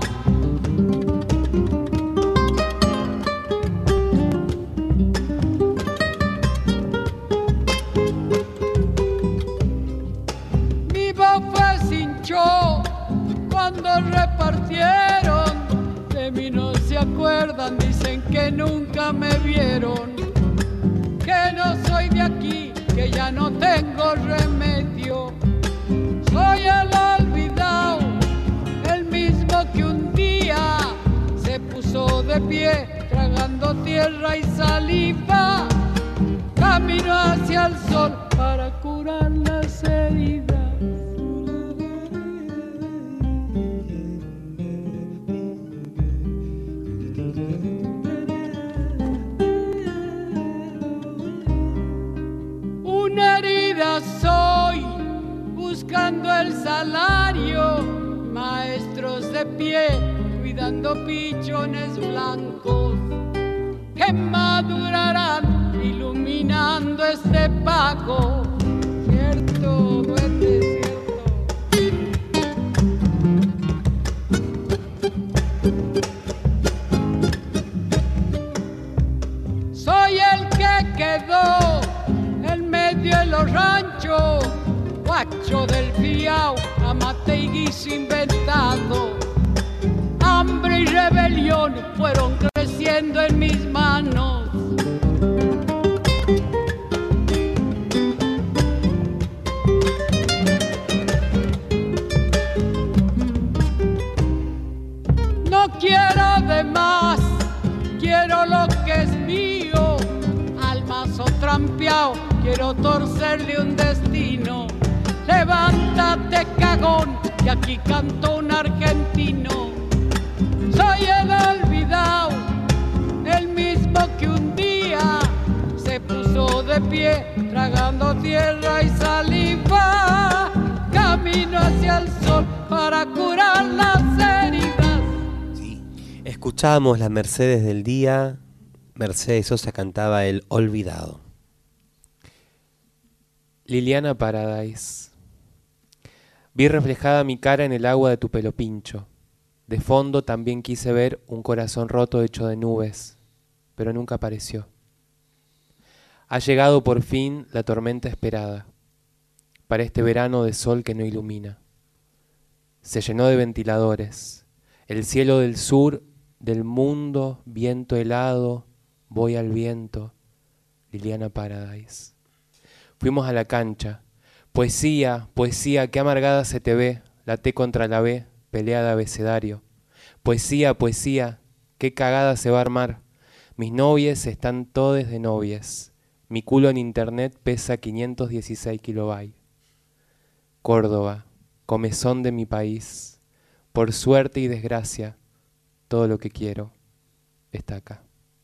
Mi bofe se hinchó cuando repartieron, de mí no se acuerdan, dicen que nunca me vieron, que no soy de aquí, que ya no tengo remedio. Soy el olvidado, el mismo que un día se puso de pie, tragando tierra y saliva, camino hacia el sol para curar las heridas. Una herida soy, buscando el salario, maestros de pie, cuidando pichones blancos, que madurarán iluminando este pago. Cierto, duende, cierto. Pacho del Fiao, amate y guiso inventado. Hambre y rebelión fueron creciendo en mis manos. No quiero de más, quiero lo que es mío. Al mazo trampeado quiero torcerle un destino. Levántate, cagón, que aquí cantó un argentino. Soy el olvidado, el mismo que un día se puso de pie, tragando tierra y saliva. Camino hacia el sol para curar las heridas. Escuchábamos la Mercedes del día. Mercedes Sosa cantaba El Olvidado. Liliana Paradise. Vi reflejada mi cara en el agua de tu pelo pincho. De fondo también quise ver un corazón roto hecho de nubes, pero nunca apareció. Ha llegado por fin la tormenta esperada, para este verano de sol que no ilumina. Se llenó de ventiladores, el cielo del sur, del mundo, viento helado, voy al viento, Liliana Paradise. Fuimos a la cancha, poesía, poesía, qué amargada se te ve, la T contra la B, pelea de abecedario. Poesía, poesía, qué cagada se va a armar. Mis novies están todes de novies. Mi culo en internet pesa quinientos dieciséis kilobytes. Córdoba, comezón de mi país. Por suerte y desgracia, todo lo que quiero está acá.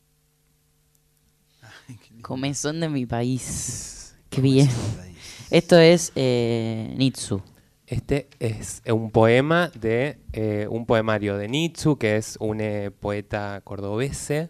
Comezón de mi país. Qué bien. Esto es eh, Nitsu. Este es un poema de eh, un poemario de Nitsu, que es un eh, poeta cordobese,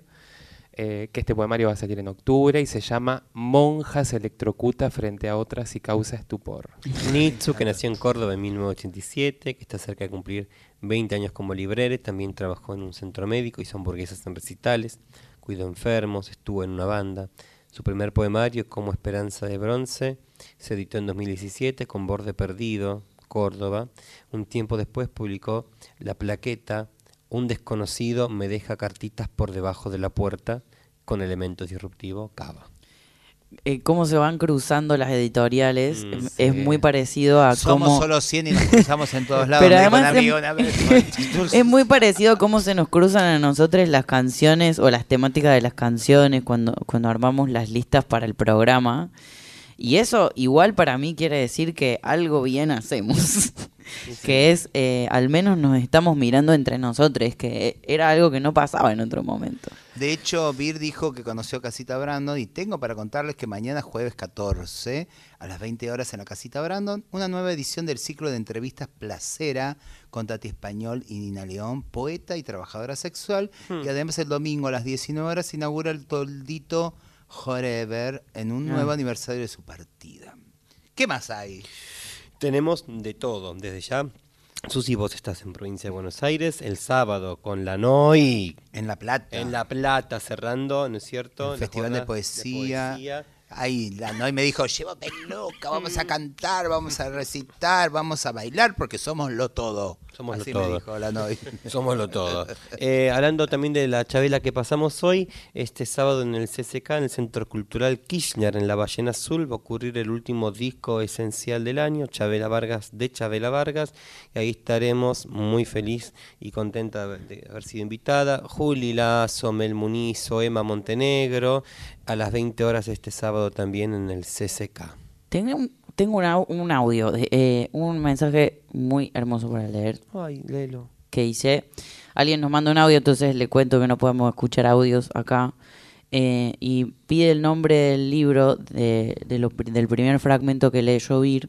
eh, que este poemario va a salir en octubre y se llama Monja se electrocuta frente a otras y causa estupor. Nitsu, que nació en Córdoba en mil novecientos ochenta y siete, que está cerca de cumplir veinte años como librero, también trabajó en un centro médico, hizo hamburguesas en recitales, cuidó enfermos, estuvo en una banda. Su primer poemario, Como Esperanza de Bronce, se editó en dos mil diecisiete con Borde Perdido, Córdoba. Un tiempo después publicó La Plaqueta, Un desconocido me deja cartitas por debajo de la puerta, con elemento disruptivo, Cava. Eh, cómo se van cruzando las editoriales Mm, es sí. muy parecido a Somos cómo... solo cien y nos cruzamos en todos lados. Pero Me dijo además un amigo es, una vez. es muy parecido a cómo se nos cruzan a nosotros las canciones o las temáticas de las canciones cuando, cuando armamos las listas para el programa. Y eso igual para mí quiere decir que algo bien hacemos. Que es, eh, al menos nos estamos mirando entre nosotros, que era algo que no pasaba en otro momento. De hecho, Bir dijo que conoció Casita Brandon y tengo para contarles que mañana jueves catorce a las veinte horas en la Casita Brandon, una nueva edición del ciclo de entrevistas Placera con Tati Español y Nina León, poeta y trabajadora sexual. Hmm. Y además el domingo a las diecinueve horas se inaugura el Toldito Forever en un ah. nuevo aniversario de su partida. ¿Qué más hay? Tenemos de todo, desde ya. Susi, vos estás en provincia de Buenos Aires, el sábado con la N O I. En La Plata. En La Plata, cerrando, ¿no es cierto? El Festival de Poesía. de Poesía. Ahí la N O I me dijo, llévate loca, vamos a cantar, vamos a recitar, vamos a bailar, porque somos lo todo. Somos Así lo todo. me dijo la N O I. Somos lo todo. Eh, hablando también de la chabela que pasamos hoy, este sábado en el C C K, en el Centro Cultural Kirchner, en la Ballena Azul, va a ocurrir el último disco esencial del año, Chabela Vargas, de Chabela Vargas, y ahí estaremos muy feliz y contenta de haber sido invitada. Juli Lazo, Mel Muniz, Emma Montenegro, a las veinte horas este sábado también en el C C K. Tengo un, tengo un, au- un audio, de, eh, un mensaje muy hermoso para leer. Ay, léelo. Que dice, alguien nos manda un audio, entonces le cuento que no podemos escuchar audios acá. Eh, y pide el nombre del libro, de, de lo, del primer fragmento que leyó Vir.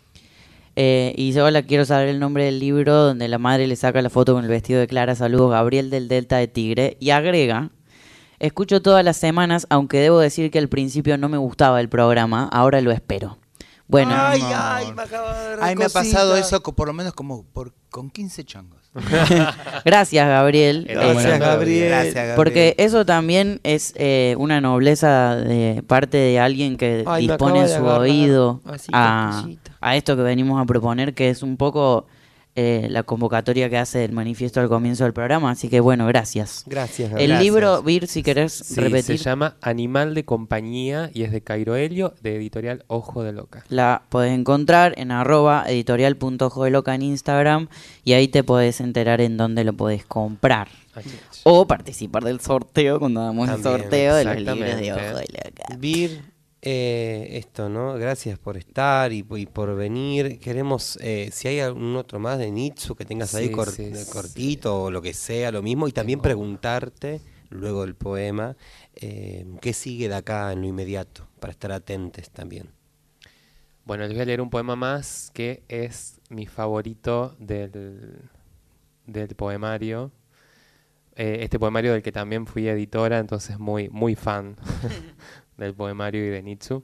Eh, y dice, hola, quiero saber el nombre del libro donde la madre le saca la foto con el vestido de Clara. Saludos, Gabriel del Delta de Tigre. Y agrega... Escucho todas las semanas, aunque debo decir que al principio no me gustaba el programa, ahora lo espero. Bueno, Ay, Amor. ay, me acaba de dar Ay, me ha cosita. pasado eso co- por lo menos como por, con quince chongos. gracias Gabriel. Gracias, Eh, Gabriel. Gracias, Gabriel. Porque eso también es eh, una nobleza de parte de alguien que Ay, me dispone acaba de su agarrar oído así, a, cosquillita. a esto que venimos a proponer, que es un poco eh, la convocatoria que hace el manifiesto al comienzo del programa. Así que bueno, gracias. Gracias, El Gabriel. libro, Vir, si querés Sí, repetir, se llama Animal de Compañía y es de Cairo Helio, de editorial Ojo de Loca. la podés encontrar en arroba editorial.ojo de loca en Instagram y ahí te podés enterar en dónde lo podés comprar. O participar del sorteo cuando hagamos el También, sorteo de los libros de exactamente. Ojo de Loca. Vir, eh, esto, ¿no? Gracias por estar y, y por venir. Queremos, eh, si hay algún otro más de Nitsu que tengas ahí Sí, cor- sí, sí. cortito o lo que sea, lo mismo. Y también Tengo. preguntarte, luego del poema, eh, ¿qué sigue de acá en lo inmediato? Para estar atentos también. Bueno, les voy a leer un poema más que es mi favorito del, del poemario. Eh, este poemario del que también fui editora, entonces muy, muy fan del poemario y de Nitsu,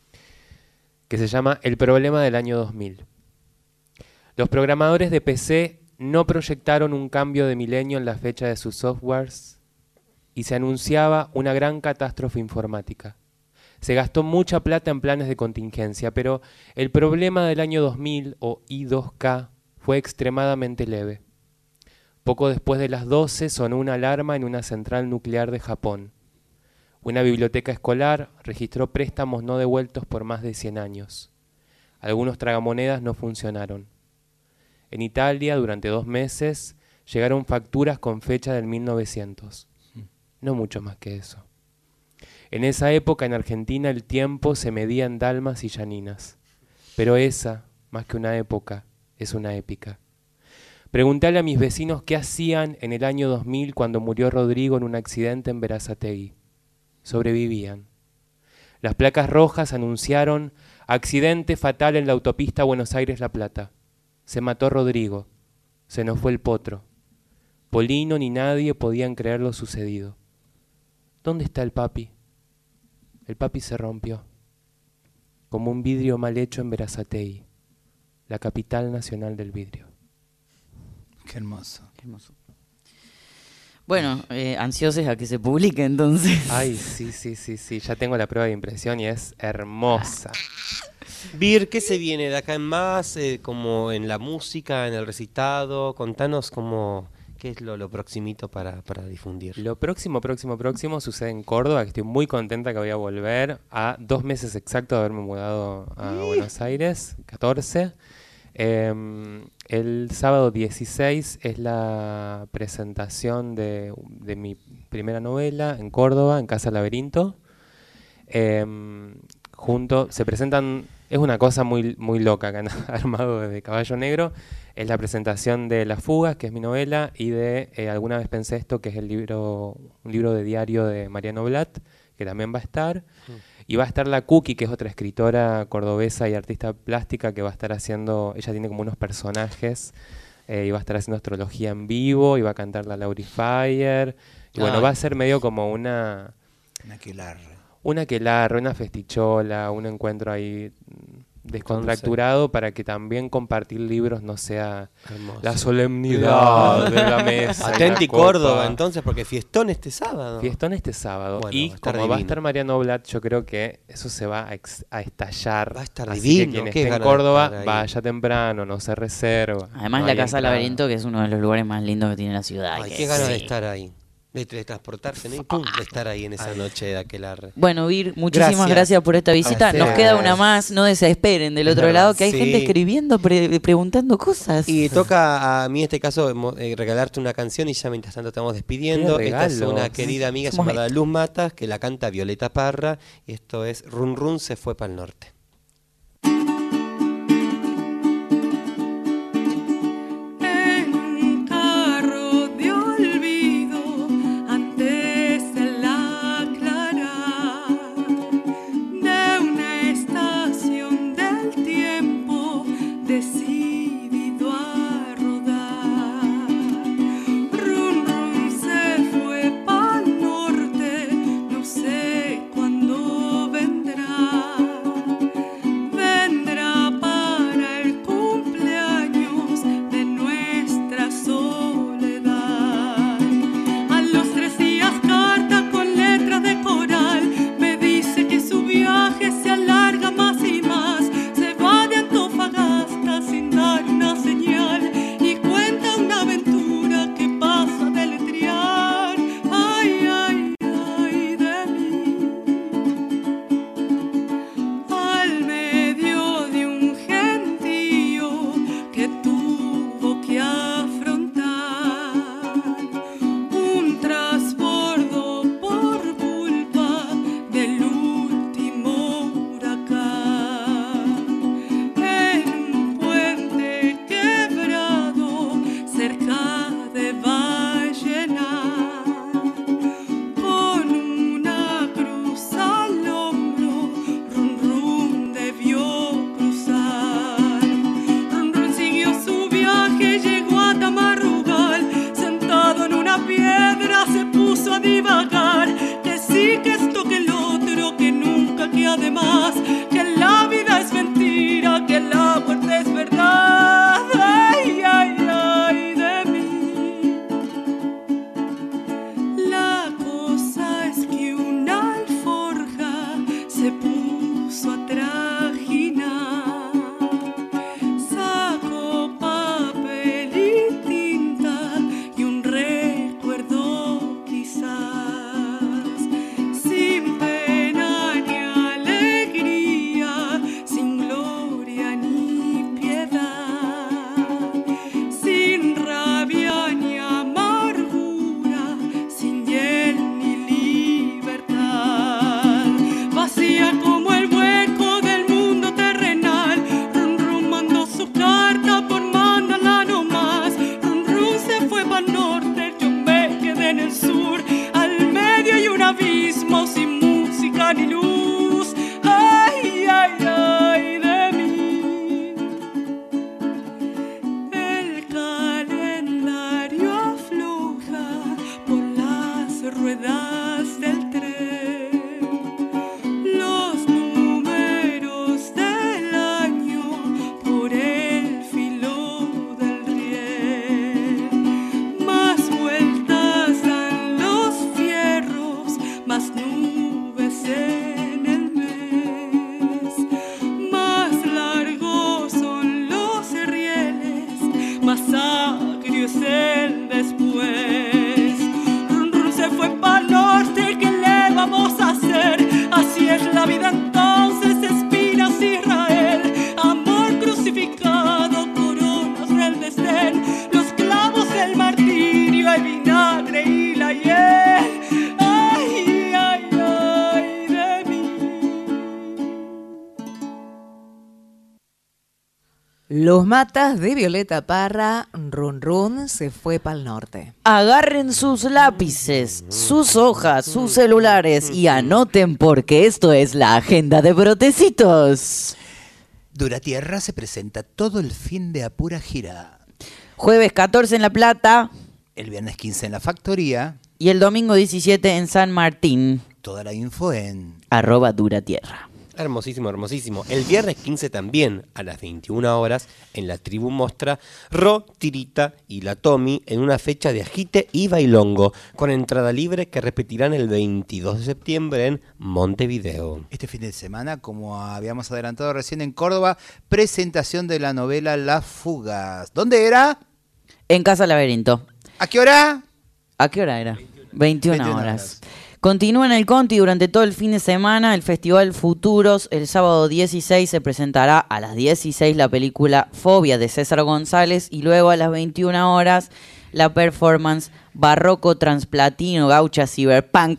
que se llama El problema del año dos mil. Los programadores de P C no proyectaron un cambio de milenio en la fecha de sus softwares y se anunciaba una gran catástrofe informática. Se gastó mucha plata en planes de contingencia, pero el problema del año dos mil o I dos K fue extremadamente leve. Poco después de las doce sonó una alarma en una central nuclear de Japón. Una biblioteca escolar registró préstamos no devueltos por más de cien años. Algunos tragamonedas no funcionaron. En Italia, durante dos meses, llegaron facturas con fecha del mil novecientos. No mucho más que eso. En esa época, en Argentina, el tiempo se medía en dalmas y llaninas. Pero esa, más que una época, es una épica. Preguntéle a mis vecinos qué hacían en el año dos mil cuando murió Rodrigo en un accidente en Berazategui. Sobrevivían. Las placas rojas anunciaron accidente fatal en la autopista Buenos Aires-La Plata. Se mató Rodrigo. Se nos fue el potro. Polino ni nadie podían creer lo sucedido. ¿Dónde está el papi? El papi se rompió. Como un vidrio mal hecho en Berazategui, la capital nacional del vidrio. Qué hermoso. Qué hermoso. Bueno, eh, ansiosos a que se publique entonces. Ay, sí, sí, sí, sí. Ya tengo la prueba de impresión y es hermosa. Vir, ¿qué se viene de acá en más? Eh, como en la música, en el recitado. Contanos cómo, qué es lo, lo proximito para, para difundir. Lo próximo, próximo, próximo sucede en Córdoba, que estoy muy contenta que voy a volver a dos meses exactos de haberme mudado a Buenos Aires, catorce. Eh, el sábado dieciséis es la presentación de, de mi primera novela en Córdoba, en Casa Laberinto. Eh, junto, se presentan, es una cosa muy, muy loca que han armado desde Caballo Negro. Es la presentación de Las Fugas, que es mi novela, y de eh, Alguna vez pensé esto, que es el libro, un libro de diario de Mariano Blatt, que también va a estar. Mm. Y va a estar la Cookie, que es otra escritora cordobesa y artista plástica que va a estar haciendo, ella tiene como unos personajes, eh, y va a estar haciendo astrología en vivo, y va a cantar la Laurifier. Y bueno, Ay. va a ser medio como una... Una aquelarre. Una aquelarre, una festichola, un encuentro ahí descontracturado para que también compartir libros no sea Hermoso. la solemnidad de la mesa. Atenti y la copa. Córdoba, entonces, porque fiestón este sábado. Fiestón este sábado. Bueno, y va a estar como va a divino. estar Mariano Blatt, yo creo que eso se va a, ex- a estallar. Va a estar Así divino, que quien qué esté en ganas de Córdoba, estar ahí. vaya temprano, no se reserva. Además no la hay Casa entrada. Laberinto, que es uno de los lugares más lindos que tiene la ciudad. Ay, que qué ganas de sí. estar ahí. De, de transportarse, ¿no? Y pum, de estar ahí en esa Ay. noche de aquelarre. Bueno, Vir, muchísimas gracias, Gracias. por esta visita. A Nos ustedes. queda una más, no desesperen del Es otro verdad, lado, que hay sí. gente escribiendo, pre- preguntando cosas. Y toca a mí en este caso mo- eh, regalarte una canción y ya mientras tanto estamos despidiendo. Qué Esta es regalo. una querida amiga Somos llamada Luz Matas que la canta Violeta Parra. Y esto es Run Run se fue para el norte. En un carro de olvido antes de la clara de una estación del tiempo decidido a rodar. Run Run se fue pa'l norte, no sé cuándo vendrá. fuerza ni luz. Ay, ay, ay de mí. El calendario afloja por las ruedas del tren. Los números del año por el filo del riel. Más vueltas dan los fierros, más nubes en el mes. Más largos son los rieles, más agrio es el después. Run, run, se fue pa'l norte, ¿qué le vamos a hacer? Así es la vida entonces, espinas Israel. Amor crucificado, coronas del desdén, los clavos, el martirio, el vinagre y la hiel. Ay, ay, ay de mí. Los matas de Violeta Parra, Run Run se fue pa'l norte. Agarren sus lápices, sus hojas, sus celulares y anoten porque esto es la agenda de Brotecitos. Duratierra se presenta todo el fin de Apura Gira. Jueves catorce en La Plata. El viernes quince en La Factoría. Y el domingo diecisiete en San Martín. Toda la info en arroba Duratierra. Hermosísimo, hermosísimo. El viernes quince también, a las veintiuna horas, en la Tribu Mostra, Ro, Tirita y la Tommy en una fecha de agite y bailongo, con entrada libre que repetirán el veintidós de septiembre en Montevideo. Este fin de semana, como habíamos adelantado recién en Córdoba, presentación de la novela Las Fugas. ¿Dónde era? En Casa Laberinto. ¿A qué hora? ¿A qué hora era? veintiuna, veintiuna horas. horas. Continúa en el Conti durante todo el fin de semana el Festival Futuros. El sábado dieciséis se presentará a las dieciséis la película Fobia de César González y luego a las veintiuna horas la performance Barroco Transplatino Gaucha Cyberpunk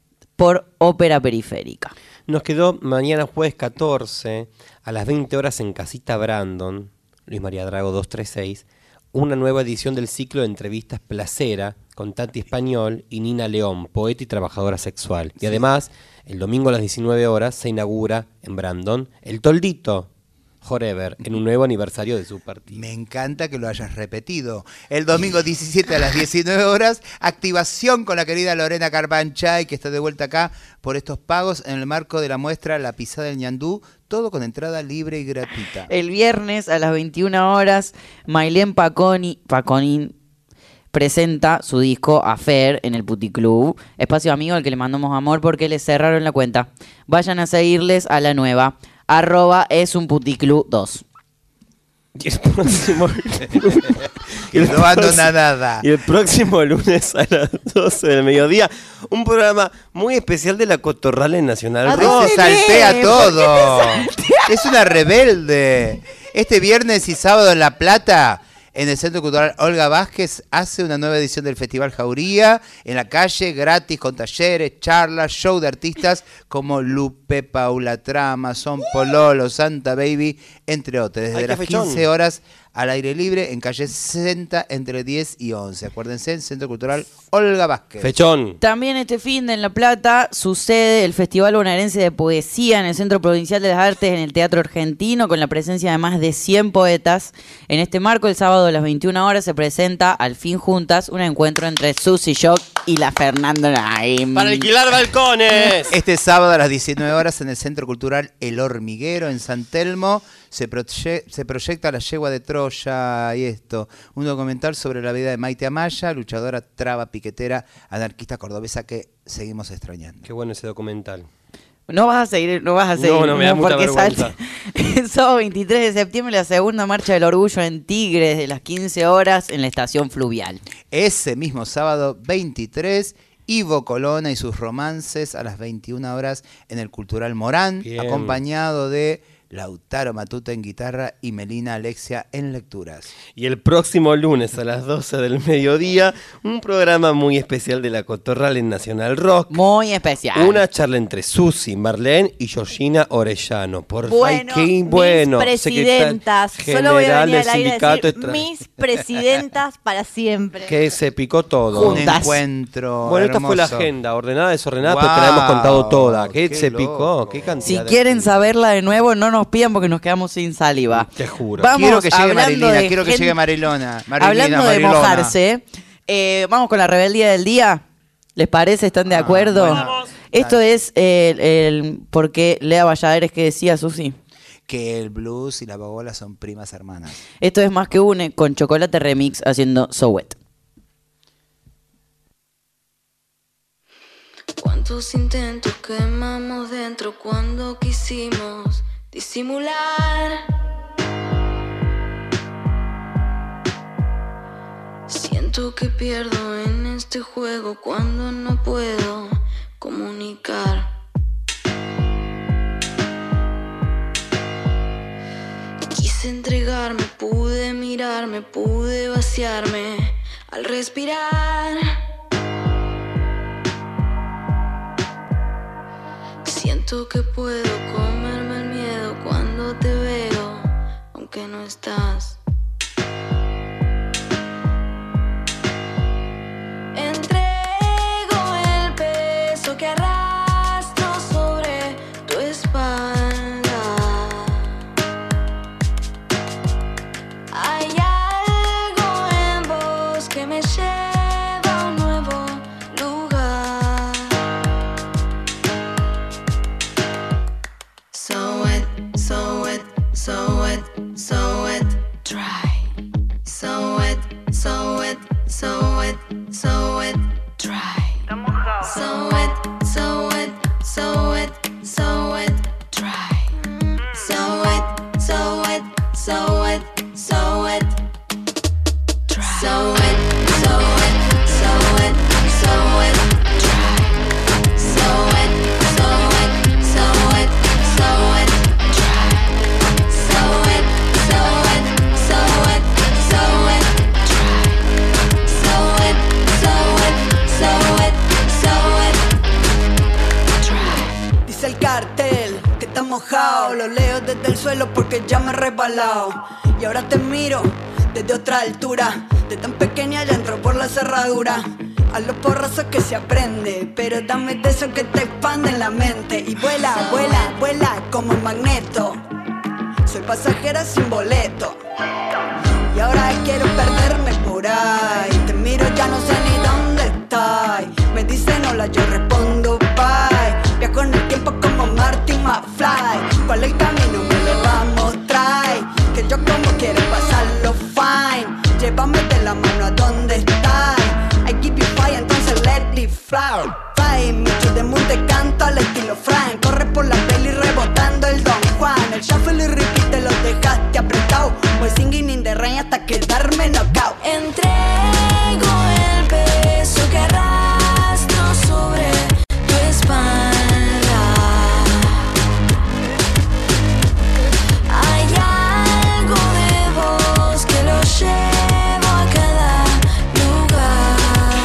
por Ópera Periférica. Nos quedó mañana jueves catorce a las veinte horas en Casita Brandon, Luis María Drago doscientos treinta y seis, una nueva edición del ciclo de entrevistas Placera con Tati Español y Nina León, poeta y trabajadora sexual. Y además, el domingo a las diecinueve horas se inaugura en Brandon El Toldito Forever, en un nuevo aniversario de su partido. Me encanta que lo hayas repetido. El domingo diecisiete a las diecinueve horas, activación con la querida Lorena Carbanchay, que está de vuelta acá por estos pagos en el marco de la muestra La Pisada del Ñandú, todo con entrada libre y gratuita. El viernes a las veintiuna horas, Mailén Paconi, Paconín presenta su disco Affair en el Puticlub, espacio amigo al que le mandamos amor porque le cerraron la cuenta. Vayan a seguirles a la nueva, arroba es un puticlub dos. Y el próximo que no abandona nada. Y el próximo lunes a las doce del mediodía, un programa muy especial de la Cotorrales Nacional. No, se saltea todo. Es una rebelde. Este viernes y sábado en La Plata, en el Centro Cultural Olga Vázquez, hace una nueva edición del Festival Jauría, en la calle, gratis, con talleres, charlas, show de artistas como Lupe, Paula Trama, Son Pololo, Santa Baby, entre otros. Desde Ay, las qué fechón. quince horas al aire libre, en calle sesenta, entre diez y once. Acuérdense, en Centro Cultural Olga Vázquez. Fechón. También este fin de en La Plata sucede el Festival Bonaerense de Poesía en el Centro Provincial de las Artes en el Teatro Argentino, con la presencia de más de cien poetas. En este marco, el sábado a las veintiuna horas se presenta Al fin juntas, un encuentro entre Susy Shock y la Fernando Naim. ¡Para alquilar balcones! Este sábado a las diecinueve horas en el Centro Cultural El Hormiguero en San Telmo se, proye- se proyecta La Yegua de Troya y esto, un documental sobre la vida de Maite Amaya, luchadora traba piquetera anarquista cordobesa que seguimos extrañando. Qué bueno ese documental. No vas a seguir, no vas a seguir. No, no, me da mucha porque vergüenza. salta. El sábado veintitrés de septiembre la segunda marcha del orgullo en Tigre desde las quince horas en la estación fluvial. Ese mismo sábado veintitrés, Ivo Colonna y sus romances a las veintiuna horas en el Cultural Morán, Bien. acompañado de Lautaro Matute en guitarra y Melina Alexia en lecturas. Y el próximo lunes a las doce del mediodía, un programa muy especial de La Cotorral en Nacional Rock. Muy especial. Una charla entre Susi, Marlene y Georgina Orellano. Por Bueno, favor, qué bueno. mis presidentas. Solo voy a venir al aire a decir Tra- mis presidentas para siempre. Que se picó todo. Un encuentro Bueno, esta fue la hermoso. agenda, ordenada, desordenada, Wow, pero te la hemos contado toda. ¿Qué, qué se loco. picó? ¿Qué cantidad Si de- quieren saberla de nuevo, no nos pidan porque nos quedamos sin saliva. Te juro. Vamos Quiero que llegue hablando Marilina, de quiero que gente- llegue Marilona. Marilina, Hablando de Marilona. mojarse, eh, vamos con la rebeldía del día. ¿Les parece? ¿Están de acuerdo? bueno. Esto es el, el porque Lea Valladares que decía, Susi. Que el blues y la babola son primas hermanas. Esto es Más que Une con Chocolate Remix haciendo So Wet. Cuántos intentos quemamos dentro cuando quisimos disimular. Siento que pierdo en este juego cuando no puedo comunicar. Quise entregarme, pude mirarme, pude vaciarme al respirar. Siento que puedo comerme el miedo cuando te veo, aunque no estás. Entrego el peso que arrastro sobre tu espalda. Hay algo en vos que me lleva a un nuevo lugar. So wet, so wet, so wet, so wet, dry. So wet, so wet, so wet, so wet, dry. So wet, so wet, so wet, so wet, dry. So wet, so wet, so wet, so wet, dry. So wet, so wet, so wet, so wet, dry. So wet, so wet, so wet, so wet, dry. So wet, so wet, so wet, so wet, dry. So wet, so wet, so wet, so wet, dry. Dice el cartel que está mojado, lo leo desde el suelo porque ya me he resbalado. Y ahora te miro desde otra altura, de tan pequeña ya entro por la cerradura. A los porrazos que se aprende, pero dame de eso que te expande en la mente. Y vuela, vuela, vuela como un magneto. Soy pasajera sin boleto. Y ahora quiero perderme por ahí. Te miro, ya no sé ni dónde estás. Me dicen hola, yo respondo bye. Viajo en el tiempo como Marty McFly. ¿Cuál es el camino? Me lo vamos, trae. Que yo como quiero pasarlo fine. Llévame de la mano a donde estás. I give you fire, entonces let it fly. Fly, mucho de mundo te canto al estilo Frank. Corre por la peli rebotando el Don Juan. El shuffle y repeat te lo dejaste apretado. Voy singing in the rain hasta quedarme knockout. Entrego el peso que arrastro sobre tu espalda. Hay algo de vos que lo llevo a cada lugar.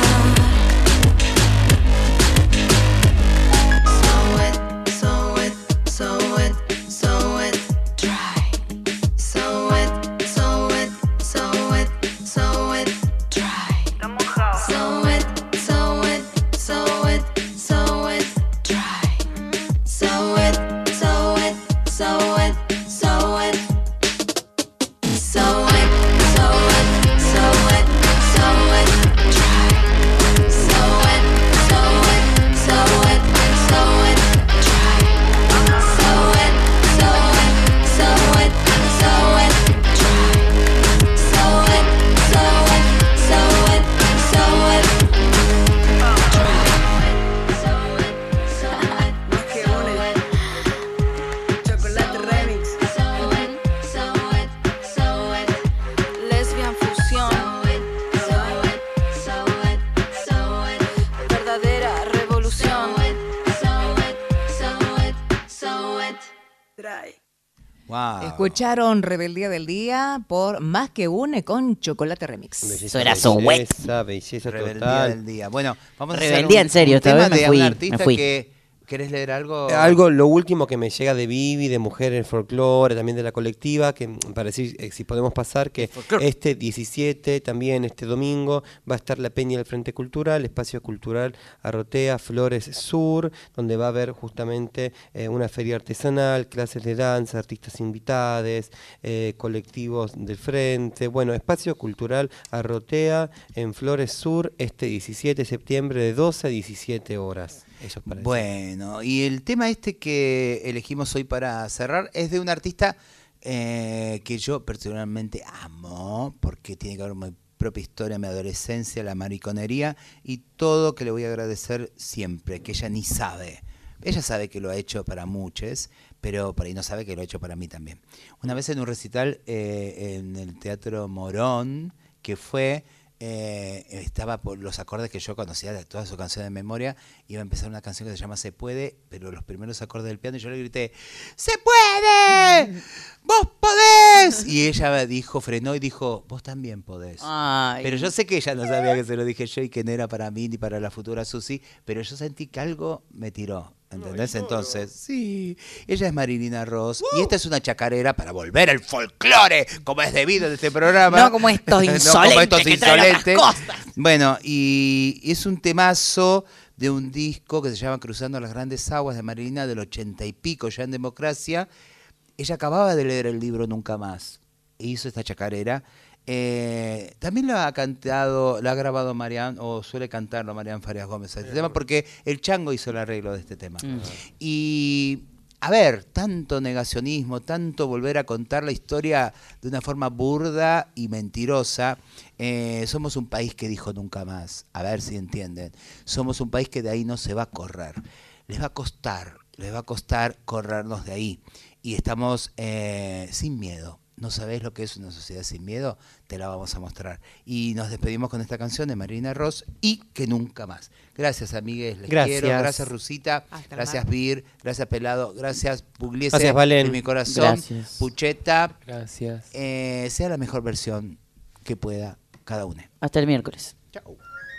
So wet, so wet, so wet, so wet, dry. So wet, so wet, so wet, so wet, dry. Wow. Escucharon Rebeldía del Día por Más que Une con Chocolate Remix. Belleza, Eso era so wet. belleza, belleza Rebeldía total. del Día. Bueno, vamos a Rebeldía, hacer un, en serio, un esta tema vez me de fui, un me artista fui. que... ¿Querés leer algo? Algo, lo último que me llega de Vivi, de Mujeres Folclore, también de la colectiva, que para decir eh, si podemos pasar, que este diecisiete, también este domingo, va a estar la Peña del Frente Cultural, Espacio Cultural Arrotea, Flores Sur, donde va a haber justamente eh, una feria artesanal, clases de danza, artistas invitados, eh, colectivos del Frente. Bueno, Espacio Cultural Arrotea en Flores Sur, este diecisiete de septiembre, de doce a diecisiete horas. Eso es para Bueno, y el tema este que elegimos hoy para cerrar es de un artista eh, que yo personalmente amo, porque tiene que ver con mi propia historia, mi adolescencia, la mariconería y todo, que le voy a agradecer siempre, que ella ni sabe. Ella sabe que lo ha hecho para muchos, pero por ahí no sabe que lo ha hecho para mí también. Una vez en un recital eh, en el Teatro Morón, que fue... Eh, estaba por los acordes que yo conocía de todas sus canciones de memoria, iba a empezar una canción que se llama Se Puede, pero los primeros acordes del piano, y yo le grité, ¡Se puede! ¡Vos podés! Y ella dijo, frenó y dijo, vos también podés. Ay. Pero yo sé que ella no sabía que se lo dije yo y que no era para mí ni para la futura Susi, pero yo sentí que algo me tiró. ¿Entendés? Entonces, sí, ella es Marilina Ross y esta es una chacarera para volver al folclore, como es debido en este programa. No como estos No insolentes como estos que traen otras insolentes. cosas. Bueno, y es un temazo de un disco que se llama Cruzando las Grandes Aguas de Marilina del ochenta y pico, ya en Democracia. Ella acababa de leer el libro Nunca Más e hizo esta chacarera. Eh, también lo ha cantado, lo ha grabado Marian, o suele cantarlo Marian Farias Gómez este tema, porque el Chango hizo el arreglo de este tema. Mm. Y a ver, tanto negacionismo, tanto volver a contar la historia de una forma burda y mentirosa. Eh, somos un país que dijo nunca más, a ver si entienden. Somos un país que de ahí no se va a correr. Les va a costar, les va a costar corrernos de ahí. Y estamos eh, sin miedo. ¿No sabés lo que es una sociedad sin miedo? Te la vamos a mostrar. Y nos despedimos con esta canción de Marilina Ross y Que Nunca Más. Gracias, amigues. Les gracias. quiero. Gracias, Rusita. Hasta gracias, Vir. Gracias, Pelado. Gracias, Pugliese. Gracias, Valen. De mi corazón. Gracias. Pucheta. Gracias. Eh, sea la mejor versión que pueda cada uno. Hasta el miércoles. Chao.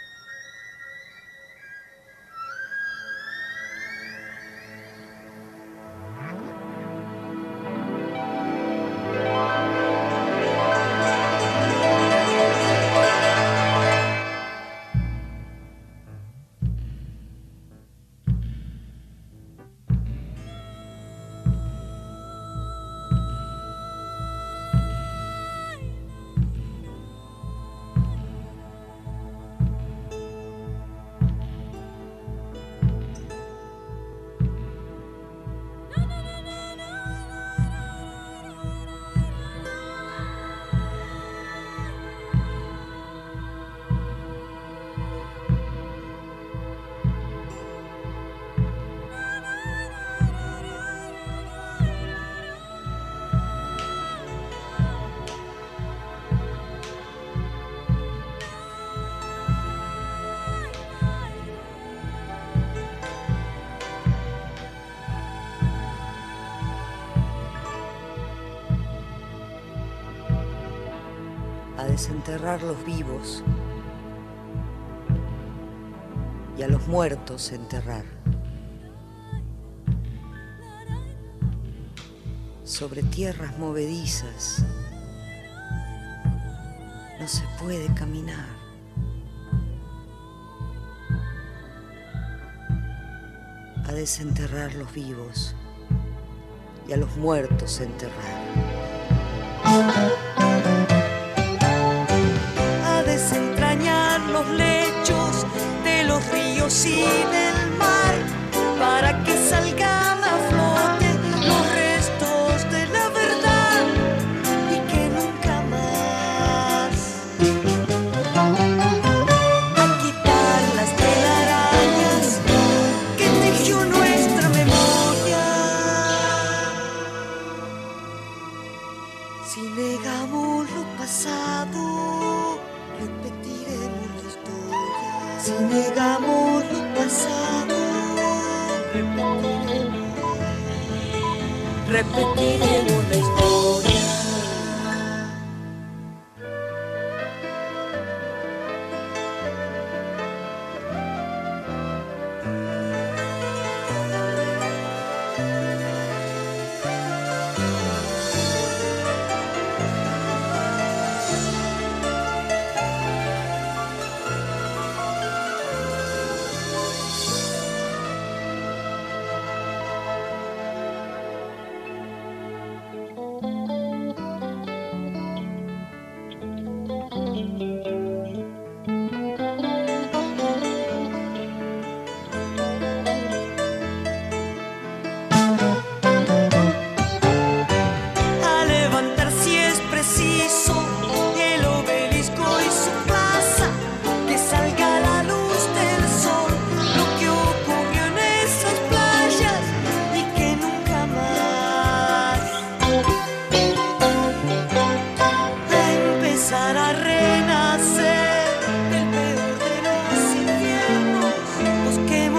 A desenterrar los vivos y a los muertos enterrar. Sobre tierras movedizas no se puede caminar. A desenterrar los vivos y a los muertos enterrar. A desentrañar los lechos de los ríos y del mar, para que salgan a flote los restos de la verdad y que nunca más. A quitar las telarañas que tejió nuestra memoria. Si negamos lo pasado, repetiremos la historia. Si negamos lo pasado, repetiremos, repetiremos la historia.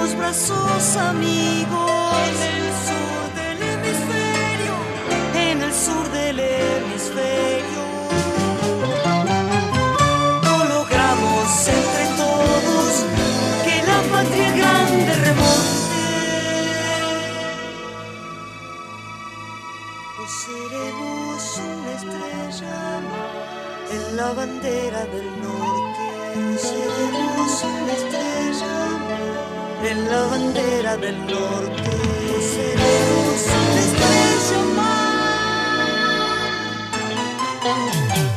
tendremos brazos amigos en el sur del hemisferio, en el sur del hemisferio. No logramos entre todos que la patria grande remonte. O seremos una estrella en la bandera del norte. Seremos una estrella en la bandera del norte. Seremos una estrella más.